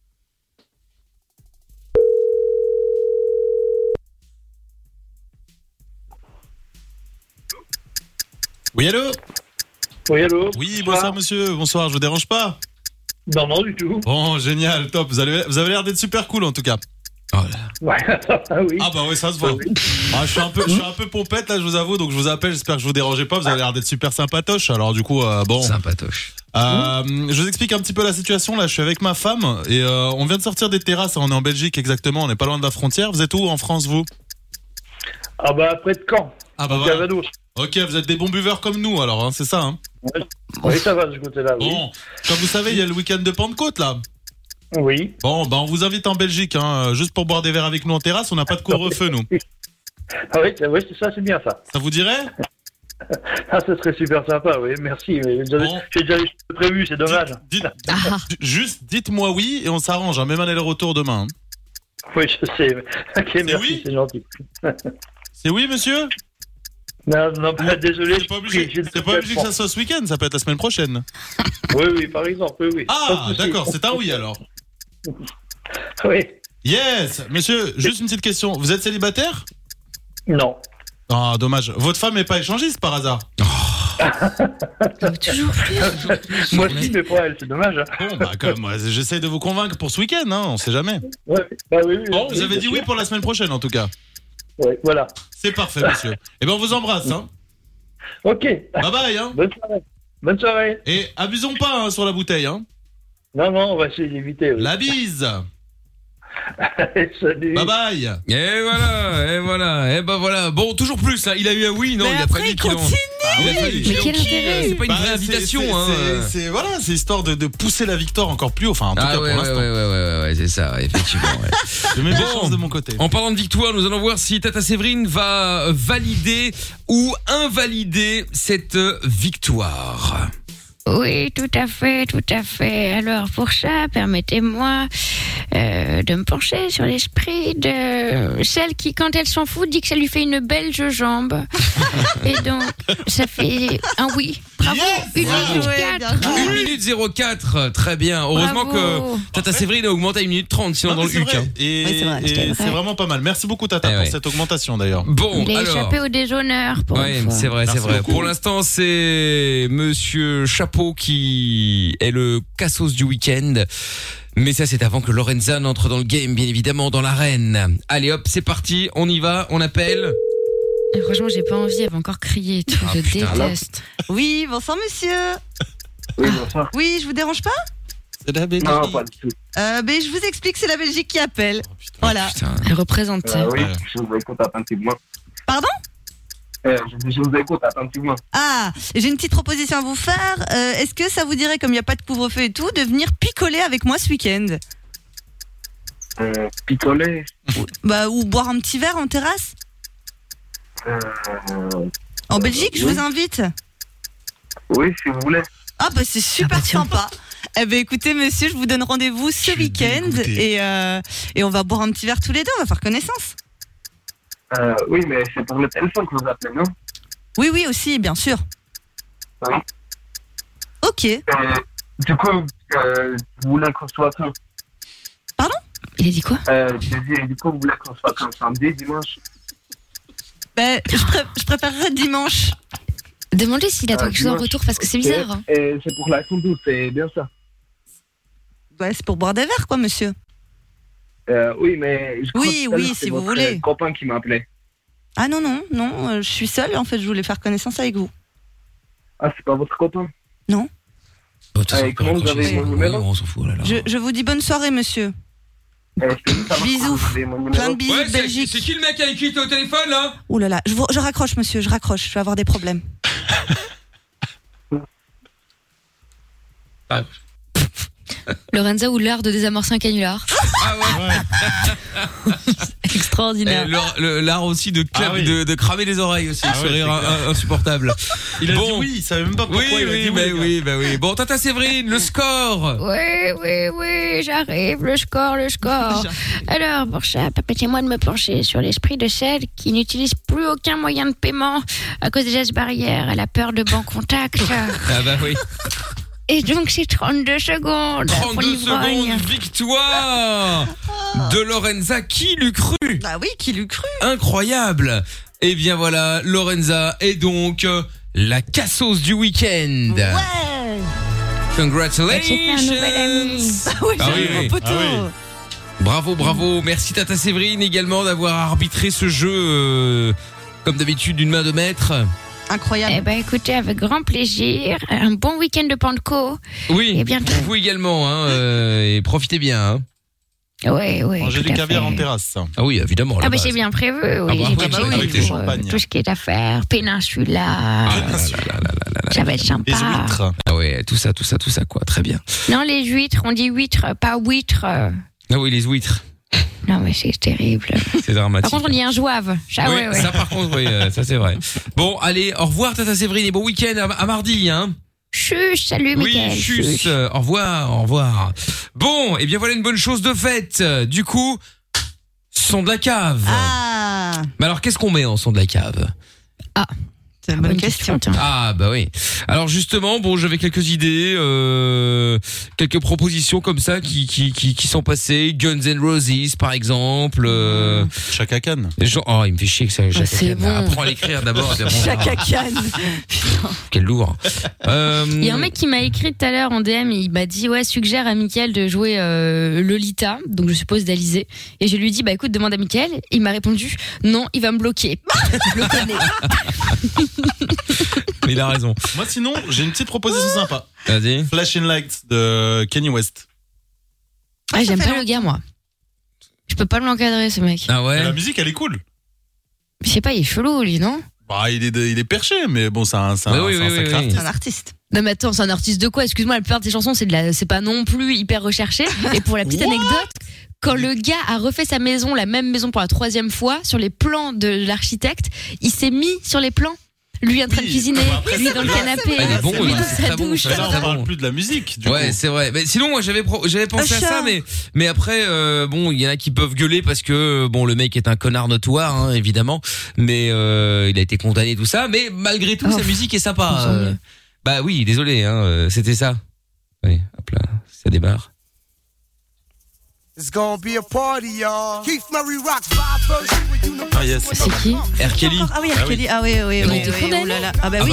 Speaker 10: Oui, allô?
Speaker 8: Oui, allô?
Speaker 10: Oui, bonsoir monsieur, bonsoir, je vous dérange pas?
Speaker 8: Non, du tout.
Speaker 10: Bon, génial, top. Vous avez l'air d'être super cool en tout cas.
Speaker 2: Oh là.
Speaker 8: Ouais, oui.
Speaker 10: Ah bah oui, ça se voit. Ah, je suis un peu pompette là, je vous avoue, donc je vous appelle. J'espère que je vous dérangeais pas. Vous avez l'air d'être super sympatoche. Alors du coup, bon.
Speaker 2: Sympatoche.
Speaker 10: Je vous explique un petit peu la situation là. Je suis avec ma femme et on vient de sortir des terrasses. On est en Belgique exactement. On n'est pas loin de la frontière. Vous êtes où en France vous?
Speaker 8: Ah bah près de Caen.
Speaker 10: Ah bah voilà. Ok, vous êtes des bons buveurs comme nous alors, hein, c'est ça hein?
Speaker 8: Oui, ça va de ce côté-là.
Speaker 10: Bon, comme vous savez, il y a le week-end de Pentecôte là.
Speaker 12: Oui.
Speaker 10: Bon, on vous invite en Belgique, hein, juste pour boire des verres avec nous en terrasse. On n'a pas de couvre-feu, nous.
Speaker 12: Ah oui, c'est ça, c'est bien ça.
Speaker 10: Ça vous dirait?
Speaker 12: Ah, ça serait super sympa, oui, merci. Mais j'ai déjà les choses prévues, c'est dommage.
Speaker 10: Juste dites-moi oui et on s'arrange, hein, même aller-retour demain.
Speaker 12: Oui, je sais. Ok, merci,
Speaker 10: oui,
Speaker 12: c'est gentil.
Speaker 10: C'est oui, monsieur?
Speaker 12: Non, désolé.
Speaker 10: C'est pas obligé que ça soit ce week-end, ça peut être la semaine prochaine.
Speaker 12: Oui, par exemple, oui.
Speaker 10: Ah, d'accord, c'est un oui alors.
Speaker 12: Oui.
Speaker 10: Yes, monsieur, juste une petite question. Vous êtes célibataire?
Speaker 12: Non.
Speaker 10: Ah, dommage. Votre femme n'est pas échangiste par hasard?
Speaker 3: Toujours plus.
Speaker 12: Moi aussi, mais pas elle, c'est dommage.
Speaker 10: Bon, bah, comme moi, j'essaie de vous convaincre pour ce week-end, hein, on sait jamais.
Speaker 12: Ouais, bah oui.
Speaker 10: Bon, vous avez dit oui pour la semaine prochaine en tout cas.
Speaker 12: Oui, voilà.
Speaker 10: C'est parfait, monsieur. Eh ben, on vous embrasse, hein.
Speaker 12: Ok.
Speaker 10: Bye bye, hein.
Speaker 12: Bonne soirée.
Speaker 10: Et abusons pas, hein, sur la bouteille, hein.
Speaker 12: Non, on va essayer d'éviter. Oui.
Speaker 10: La bise.
Speaker 12: Salut.
Speaker 10: Bye bye.
Speaker 2: Et voilà. Et ben voilà. Bon, toujours plus, hein. Il a eu un oui, non,
Speaker 5: mais
Speaker 2: il a
Speaker 5: après,
Speaker 2: fallu
Speaker 5: il
Speaker 2: qu'il en...
Speaker 5: continue.
Speaker 2: Il a fallu qu'il en kill. C'est pas une vraie invitation, hein.
Speaker 10: C'est histoire de pousser la victoire encore plus haut. Enfin, en tout cas, pour l'instant.
Speaker 2: Ouais, c'est ça, effectivement. Ouais.
Speaker 10: Je mets mes chances de mon côté.
Speaker 2: En parlant de victoire, nous allons voir si Tata Séverine va valider ou invalider cette victoire.
Speaker 13: Oui, tout à fait. Alors pour ça, permettez-moi de me pencher sur l'esprit de celle qui, quand elle s'en fout, dit que ça lui fait une belge jambe. Et donc, ça fait un oui. Bravo,
Speaker 2: Yes,
Speaker 13: 1 minute 4.
Speaker 2: 1 minute 04, très bien. Heureusement
Speaker 13: Bravo.
Speaker 2: que Tata Séverine a augmenté à 1 minute 30, sinon dans le HUC. Hein.
Speaker 10: Et c'est vraiment pas mal. Merci beaucoup, Tata, pour cette augmentation d'ailleurs.
Speaker 2: Bon,
Speaker 13: Il a
Speaker 2: alors.
Speaker 13: échappé au déshonneur. Pour une fois.
Speaker 2: C'est vrai.
Speaker 10: beaucoup.
Speaker 2: Pour l'instant, c'est Monsieur Chapeau qui est le cassos du week-end. Mais ça, c'est avant que Lorenza n'entre dans le game, bien évidemment, dans l'arène. Allez, hop, c'est parti. On y va. On appelle.
Speaker 3: Et franchement, j'ai pas envie. Elle va encore crier et tout. Je déteste.
Speaker 5: Oui, bonsoir, monsieur.
Speaker 12: Oui, bonsoir.
Speaker 5: Oui, je vous dérange pas?
Speaker 10: C'est la Belgique.
Speaker 12: Non, pas du tout.
Speaker 5: Ben, je vous explique, c'est la Belgique qui appelle. Voilà.
Speaker 3: Elle représente.
Speaker 12: Oui, je vous écoute attentivement.
Speaker 5: Pardon?
Speaker 12: Je vous écoute attentivement.
Speaker 5: Ah, j'ai une petite proposition à vous faire. Est-ce que ça vous dirait, comme il n'y a pas de couvre-feu et tout, de venir picoler avec moi ce week-end?
Speaker 12: Picoler?
Speaker 5: Bah, ou boire un petit verre en terrasse? En Belgique, je vous invite.
Speaker 12: Oui, si vous voulez.
Speaker 5: Ah bah c'est super sympa. Eh ben écoutez monsieur, je vous donne rendez-vous ce week-end et on va boire un petit verre tous les deux, on va faire connaissance.
Speaker 12: Oui, mais c'est pour le téléphone que vous appelez, non?
Speaker 5: Oui, aussi, bien sûr.
Speaker 12: Oui.
Speaker 5: Ok.
Speaker 12: Du coup, vous voulez qu'on soit quand?
Speaker 5: Pardon?
Speaker 3: Il a dit quoi?
Speaker 12: Du coup, vous voulez qu'on soit quand? Samedi, dimanche?
Speaker 5: Ben, je préférerais dimanche.
Speaker 3: Demandez s'il attend quelque chose en retour parce que c'est bizarre. Hein.
Speaker 12: Et c'est pour la conduite, c'est bien ça.
Speaker 5: Ouais, c'est pour boire des verres, quoi, monsieur.
Speaker 12: Oui, mais je crois
Speaker 5: que si vous voulez.
Speaker 12: Copain qui m'a appelé.
Speaker 5: Ah non, je suis seule. En fait, je voulais faire connaissance avec vous.
Speaker 12: Ah, c'est pas votre copain?
Speaker 5: Non.
Speaker 12: Comment vous avez mon numéro?
Speaker 2: On s'en fout, là.
Speaker 5: Je vous dis bonne soirée, monsieur. Bisous. Plein de bisous de Belgique.
Speaker 2: C'est qui le mec avec qui t'es au téléphone, là?
Speaker 5: Ouh là là, je raccroche, monsieur, je raccroche. Je vais avoir des problèmes.
Speaker 3: Lorenza ou l'art de désamorcer un canular.
Speaker 2: Ah ouais.
Speaker 3: Extraordinaire.
Speaker 2: L'art aussi de cramer les oreilles aussi, ce rire insupportable.
Speaker 10: Il a dit oui, il savait même pas pourquoi il a dit
Speaker 2: oui. Bon, Tata Séverine, le score.
Speaker 13: Oui, j'arrive, le score. Alors, pour ça, permettez-moi de me pencher sur l'esprit de celle qui n'utilise plus aucun moyen de paiement à cause des gestes barrières. Elle a peur de banc contact.
Speaker 2: Ah bah oui.
Speaker 13: Et donc, c'est 32 secondes.
Speaker 2: 32 secondes, victoire de Lorenza. Qui l'eût cru?
Speaker 5: Bah oui, qui l'eût cru?
Speaker 2: Incroyable. Et bien voilà, Lorenza est donc la cassos du week-end.
Speaker 5: Ouais.
Speaker 2: Congratulations.
Speaker 13: J'ai fait un nouvel ami.
Speaker 5: Oui.
Speaker 2: Bravo. Merci Tata Séverine également d'avoir arbitré ce jeu comme d'habitude d'une main de maître.
Speaker 5: Incroyable.
Speaker 13: Eh ben écoutez, avec grand plaisir. Un bon week-end de Pentecôte.
Speaker 2: Oui,
Speaker 13: et bientôt.
Speaker 2: Vous également, et profitez bien. Hein.
Speaker 13: Oui.
Speaker 10: Manger du caviar en terrasse.
Speaker 2: Ah oui, évidemment.
Speaker 13: Ah bah c'est bien prévu. Oui,
Speaker 10: avec le champagne.
Speaker 13: tout ce qui est à faire. Péninsula. Ça va être sympa.
Speaker 10: Les huîtres.
Speaker 2: Ah ouais, tout ça, quoi. Très bien.
Speaker 13: Non, les huîtres, on dit huîtres, pas huîtres.
Speaker 2: Ah oui, les huîtres.
Speaker 13: Non, mais c'est terrible.
Speaker 2: C'est dramatique.
Speaker 13: Par contre, on dit un jouave.
Speaker 2: Ça, ouais. Ça, par contre, oui, ça c'est vrai. Bon, allez, au revoir, Tata Séverine, et bon week-end à mardi, hein.
Speaker 13: Chuch, salut, Mickaël.
Speaker 2: Oui, chuch. Au revoir. Bon, et bien voilà une bonne chose de faite. Du coup, son de la cave.
Speaker 5: Ah.
Speaker 2: Mais alors, qu'est-ce qu'on met en son de la cave?
Speaker 5: Ah. C'est une bonne question.
Speaker 2: Ah bah oui. Alors justement, bon, j'avais quelques idées, quelques propositions comme ça qui sont passées. Guns N' Roses par exemple.
Speaker 10: Chaka Khan.
Speaker 2: Oh, il me fait chier que ça. Chaka
Speaker 3: c'est
Speaker 2: Khan.
Speaker 3: bon.
Speaker 2: Apprends à l'écrire d'abord.
Speaker 5: Chaka Khan.
Speaker 2: Quel lourd.
Speaker 3: Il y a un mec qui m'a écrit tout à l'heure en DM et il m'a dit ouais, suggère à Mickaël de jouer Lolita, donc je suppose d'Alizé. Et je lui ai dit bah écoute, demande à Mickaël. Il m'a répondu non, il va me bloquer. Je le connais.
Speaker 2: Mais il a raison.
Speaker 10: Moi sinon, j'ai une petite proposition sympa.
Speaker 2: Vas-y.
Speaker 10: Flashing Lights de Kanye West.
Speaker 3: Ah, j'aime pas le gars moi. Je peux pas l'encadrer ce mec.
Speaker 2: Ah ouais.
Speaker 10: Mais la musique elle est cool.
Speaker 3: Je sais pas, il est chelou lui, non?
Speaker 10: Bah il est perché, mais bon c'est un sacré artiste.
Speaker 5: Un artiste.
Speaker 3: Non mais attends, c'est un artiste de quoi? Excuse-moi, la plupart de ses chansons c'est pas non plus hyper recherché. Et pour la petite anecdote, quand le gars a refait sa maison, la même maison pour la 3e fois, sur les plans de l'architecte, il s'est mis sur les plans. Lui en train de cuisiner, lui dans le canapé, lui dans sa douche.
Speaker 10: Là on parle plus de la musique.
Speaker 2: Ouais, c'est vrai. Mais sinon moi j'avais pensé à ça, mais après bon il y en a qui peuvent gueuler parce que bon le mec est un connard notoire hein, évidemment, mais il a été condamné tout ça, mais malgré tout sa musique est sympa. Bah oui, désolé hein, c'était ça. Oui, hop là, ça démarre.
Speaker 14: It's gonna be a party, y'all. Keith Murray rocks live version with you.
Speaker 2: Ah yes.
Speaker 3: C'est qui?
Speaker 2: R. Kelly.
Speaker 5: Ah oui, R. Kelly. Ah oui. Oh là là. Ah bah oui.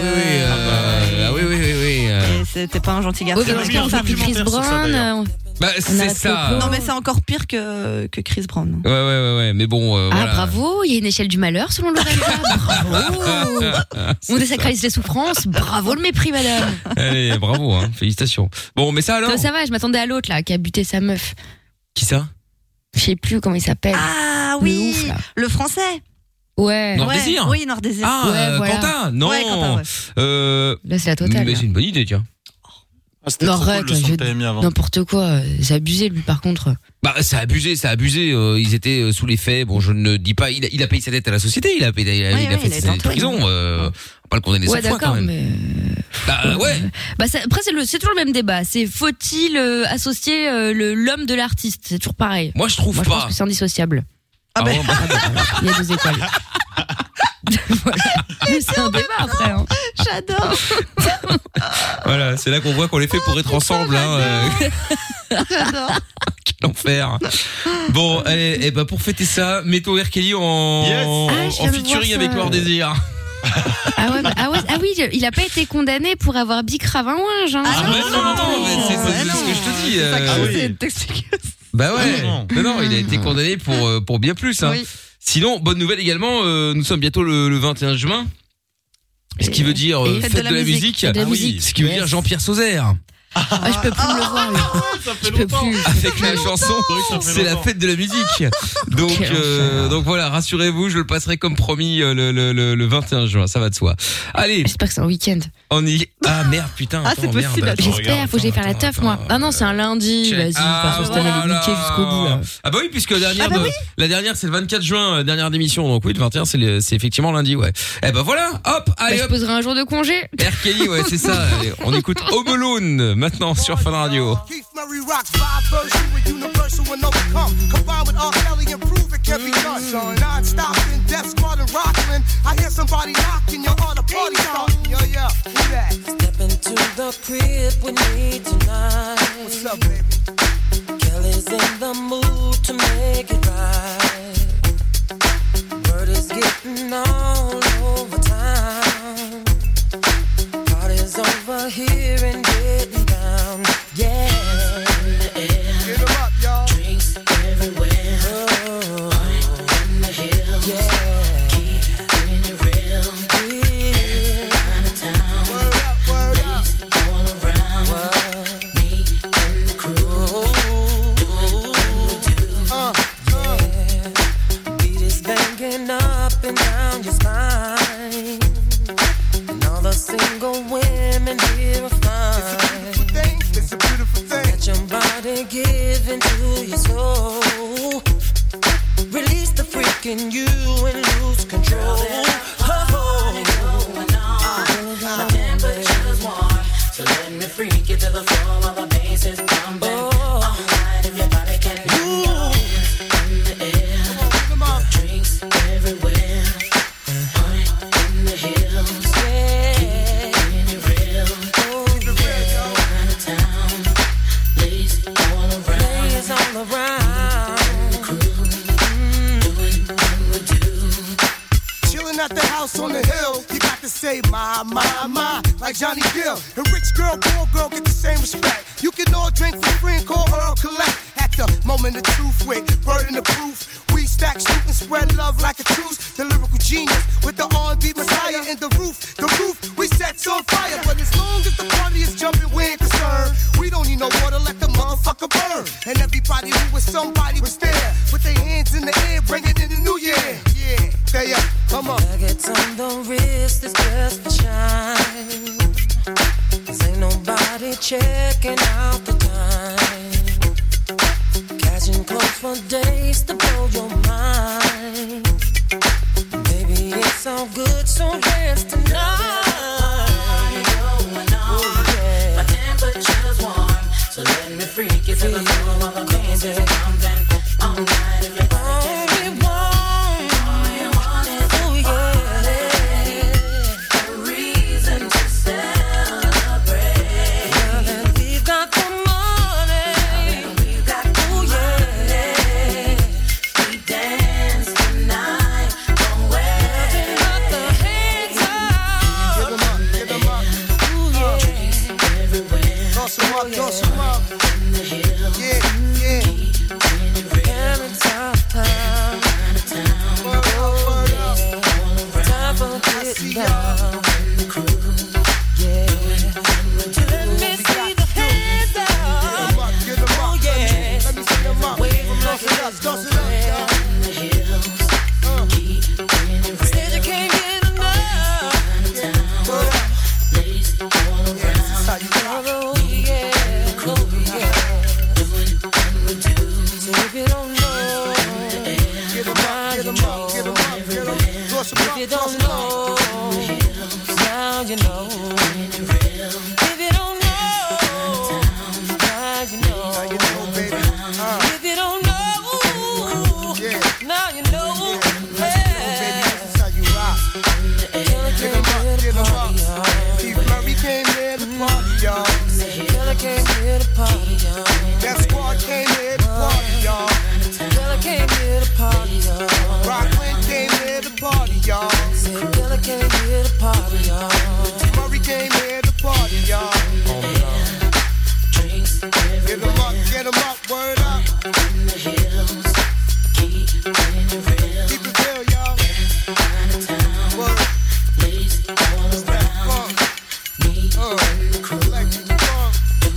Speaker 2: Oui.
Speaker 5: Et c'était pas un gentil garçon.
Speaker 3: Oui, parce qu'on fait Chris Brown.
Speaker 2: Bah c'est ça.
Speaker 5: Non mais c'est encore pire que Chris Brown.
Speaker 2: Ouais, mais bon.
Speaker 3: Ah
Speaker 2: voilà.
Speaker 3: bravo, il y a une échelle du malheur selon Lorenza. Bravo. On désacralise les souffrances. Bravo le mépris, madame.
Speaker 2: Allez, bravo, hein. Félicitations. Bon, mais ça alors.
Speaker 3: Ça va, je m'attendais à l'autre là qui a buté sa meuf.
Speaker 2: Qui ça?
Speaker 3: Je sais plus comment il s'appelle.
Speaker 5: Ah oui, le français.
Speaker 3: Ouais.
Speaker 2: Noir Désir.
Speaker 5: Oui, Noir Désir.
Speaker 2: Ah,
Speaker 3: ouais, voilà.
Speaker 2: Quentin. Non.
Speaker 5: Ouais, Quentin, ouais.
Speaker 3: Là c'est la totale.
Speaker 2: Mais c'est une bonne idée, tiens.
Speaker 10: Ah, c'était trop
Speaker 3: arrête,
Speaker 10: cool le son que t'avais mis avant.
Speaker 3: n'importe quoi. C'est abusé lui par contre.
Speaker 2: Bah, c'est abusé. Ils étaient sous les faits. Bon, je ne dis pas. Il a payé sa dette à la société. Il a fait ses années de prison. On va pas le condamner 100 fois quand même.
Speaker 3: Mais...
Speaker 2: Bah ouais.
Speaker 3: Bah après c'est toujours le même débat. C'est faut-il associer l'homme de l'artiste? C'est toujours pareil.
Speaker 2: Moi je trouve
Speaker 3: pas. Je pense que c'est indissociable.
Speaker 5: Ah ben.
Speaker 3: Il y a 2 écoles. Voilà. C'est un débat après. Hein.
Speaker 5: J'adore.
Speaker 2: Voilà, c'est là qu'on voit qu'on les fait pour être ensemble. Hein,
Speaker 5: J'adore.
Speaker 2: Quel enfer. Bon, allez, et bah pour fêter ça, mettons R. Kelly en featuring avec Noir Désir.
Speaker 3: Ah oui, il a pas été condamné pour avoir bicrave un ouinge. Hein.
Speaker 2: Ah non, mais c'est ce que je te dis. Bah ouais. Non, il a été condamné pour bien plus. Hein. Oui. Sinon, bonne nouvelle également, nous sommes bientôt le 21 juin. Ce qui veut dire fête de la musique. Ce qui veut dire Jean-Pierre Sauzère.
Speaker 3: Je peux plus le voir. Je peux plus.
Speaker 2: Avec la chanson, c'est la fête de la musique. Donc voilà, rassurez-vous, je le passerai comme promis le 21 juin, ça va de soi. Allez.
Speaker 3: J'espère que c'est un week-end.
Speaker 2: On y. Ah merde, putain.
Speaker 5: Ah c'est possible.
Speaker 2: Merde.
Speaker 3: J'espère, faut que j'aille faire la teuf moi. Ah non, c'est un lundi. Vas-y, parce que cette année elle est niquée jusqu'au bout. Là.
Speaker 2: Ah bah oui, puisque la dernière c'est le 24 juin, dernière d'émission. Donc oui, le 21 c'est effectivement lundi, ouais. Eh ben voilà, hop, allez.
Speaker 3: Je poserai un jour de congé.
Speaker 2: R. Kelly, ouais, c'est ça. Allez, on écoute Home Alone maintenant sur Fun Radio.
Speaker 14: Keith Murray rocks live version with universal and overcome. Combined with R. Kelly and prove it can be done. Non-stop in Death Squad and Rockland. I hear somebody knocking, you're on a party starting. Yo, who that?
Speaker 15: Step into the crib with me tonight.
Speaker 14: What's up, baby?
Speaker 15: Kelly's in the mood to make it right. Word is getting all over town. Party's over here and getting down. Yeah.
Speaker 14: Get 'em up, y'all.
Speaker 15: Drinks everywhere. Party in the hills. Yeah. Keep bringing it real. Every kind of town.
Speaker 14: Word up.
Speaker 15: All around. Me and the crew. Doing what we do. Yeah. Beat is banging up and down your in you and lose control.
Speaker 16: My temperature's warm, so let me freak you to the floor while the bass is pumping. All night if your body can move in the air, drinks everywhere, honey in the hills, keeping it real, out of town, ladies all around, the crew, doing what we do.
Speaker 14: Chilling at the house on the hill, you got to say my, like Johnny Gill. And rich girl, poor girl get the same respect. You can all drink for free and call Earl Collect. At the moment of truth with burden of proof, we stack, shoot and spread love like a truce. The lyrical genius with the R&B Messiah in the roof we set on fire. But as long as the party is jumping, we ain't concerned. We don't need no water, let the motherfucker burn. And everybody who was somebody was there with their hands in the air, bringing in the new year. Yeah, stay up, come on.
Speaker 15: Nuggets on the wrist is just for shine. 'Cause ain't nobody checking out the time. Catching close for days to blow your mind. Baby, it's all good, so dance tonight.
Speaker 16: My temperature's warm, so let me freak you to the floor while the bass is pumping. All night if your body can move. All you want is a reason to celebrate.
Speaker 15: Now that we've got the money,
Speaker 16: we've got we dance tonight. Don't wait.
Speaker 15: got the hands up.
Speaker 14: Get them up.
Speaker 15: Ooh, yeah.
Speaker 16: Everywhere.
Speaker 14: Toss them up, toss them up.
Speaker 16: In the hills.
Speaker 14: Yeah.
Speaker 15: Having tough time.
Speaker 14: Word up.
Speaker 15: Time for getting down. Yeah. Let me see the hands up.
Speaker 14: Get them up.
Speaker 15: Oh, yeah.
Speaker 14: Let me see them up.
Speaker 15: Wave 'em like
Speaker 14: Toss it up, toss it up.
Speaker 16: In the hills.
Speaker 15: Said you can't get enough.
Speaker 14: Word up.
Speaker 16: Ladies all around.
Speaker 14: How you
Speaker 15: Oh, yeah. Oh, yeah. So if you don't know,
Speaker 14: get them up, get them up, get them up, get them up. Toss them
Speaker 15: if
Speaker 14: up,
Speaker 15: you
Speaker 14: toss
Speaker 15: don't
Speaker 14: them up.
Speaker 15: know, now you know. If you don't know, now you know.
Speaker 14: Now you know, baby.
Speaker 15: If you don't know,
Speaker 14: Yeah.
Speaker 15: now you know.
Speaker 14: Baby, this is how you rock. Get them up, get them up. Keith Murray came here to party, y'all.
Speaker 15: Girl, I came here to party, y'all.
Speaker 14: That squad came here to party, y'all.
Speaker 15: Girl, I came here to party, y'all.
Speaker 14: Rockland came here to party, y'all.
Speaker 15: Girl, I came here to party, y'all.
Speaker 14: Murray came here to party, y'all. Get them up, word up.
Speaker 16: In the hills. Keep
Speaker 14: Keep it real, y'all. Word.
Speaker 16: ladies all around.
Speaker 14: Electric funk.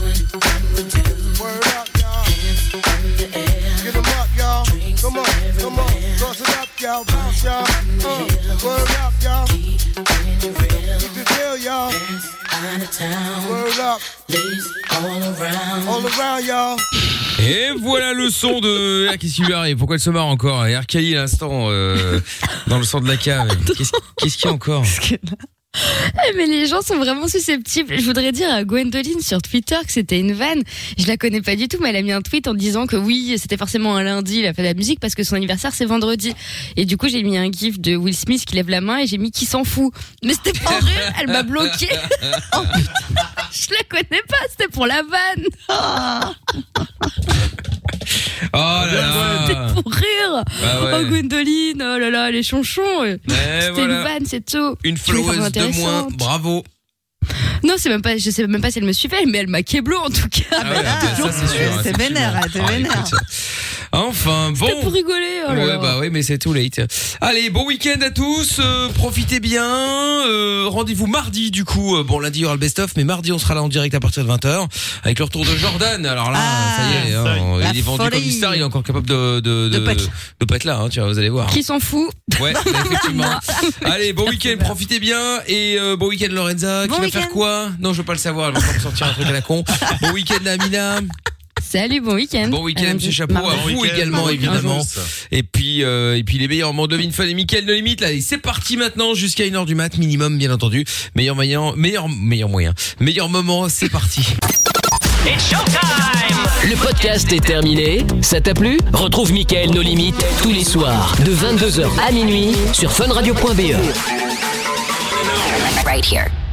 Speaker 14: Word up, y'all. Get them up, y'all. Come on. Toss it up, y'all. Bounce, y'all. Word up, y'all. Keep it real, y'all.
Speaker 16: Out of town.
Speaker 14: Word up.
Speaker 16: Ladies all around.
Speaker 14: All around, y'all.
Speaker 2: Et voilà le son de... Ah, qu'est-ce qui lui arrive? Pourquoi elle se marre encore? Et Arcali à l'instant dans le son de la cave. Qu'est-ce qu'il y a encore?
Speaker 3: Mais les gens sont vraiment susceptibles. Je voudrais dire à Gwendoline sur Twitter que c'était une vanne. Je la connais pas du tout, mais elle a mis un tweet en disant que oui, c'était forcément un lundi, il a fait de la musique parce que son anniversaire c'est vendredi. Et du coup, j'ai mis un gif de Will Smith qui lève la main et j'ai mis qui s'en fout. Mais c'était pas vrai, elle m'a bloqué. Oh putain, je la connais pas, c'était pour la vanne.
Speaker 2: Oh là là.
Speaker 3: C'était pour rire.
Speaker 2: Bah ouais.
Speaker 3: Oh Gwendoline, oh là là, les chonchons. C'était
Speaker 2: voilà.
Speaker 3: une vanne, c'est tout.
Speaker 2: Une followeuse de moins, bravo.
Speaker 3: Non, c'est même pas, je sais même pas si elle me suivait, mais elle m'a keblo en tout cas.
Speaker 2: Ah ouais, ça, c'est sûr,
Speaker 5: c'est vénère,
Speaker 2: sûr.
Speaker 5: c'est vénère.
Speaker 2: Écoute, enfin, bon.
Speaker 3: C'était pour rigoler, oh là
Speaker 2: Ouais,
Speaker 3: là.
Speaker 2: bah oui, mais c'est too late. Allez, bon week-end à tous, profitez bien, rendez-vous mardi du coup, bon lundi il y aura le best-of, mais mardi on sera là en direct à partir de 20h, avec le retour de Jordan, alors là, ça y est, hein, il est vendu
Speaker 5: folie.
Speaker 2: comme une star, il est encore capable de pas être là, hein, tu vois, vous allez voir.
Speaker 3: Qui s'en fout?
Speaker 2: Ouais, effectivement. Allez, bon week-end, profitez bien, et bon week-end Lorenza,
Speaker 5: Bon
Speaker 2: qui va
Speaker 5: week-end.
Speaker 2: faire quoi? Non, je veux pas le savoir, elle va encore me sortir un truc à la con. Bon week-end Amina.
Speaker 3: Salut, bon week-end.
Speaker 2: Bon week-end, monsieur Chapeau. À vous également, évidemment. Et puis les meilleurs moments de Fun et Mickaël No Limite. Là, allez, c'est parti maintenant jusqu'à 1h du mat minimum, bien entendu. Meilleur moment, c'est parti.
Speaker 1: It's showtime. Le podcast est terminé. Ça t'a plu? Retrouve Mickaël No Limite tous les soirs de 22h à minuit sur funradio.be.
Speaker 6: Right here.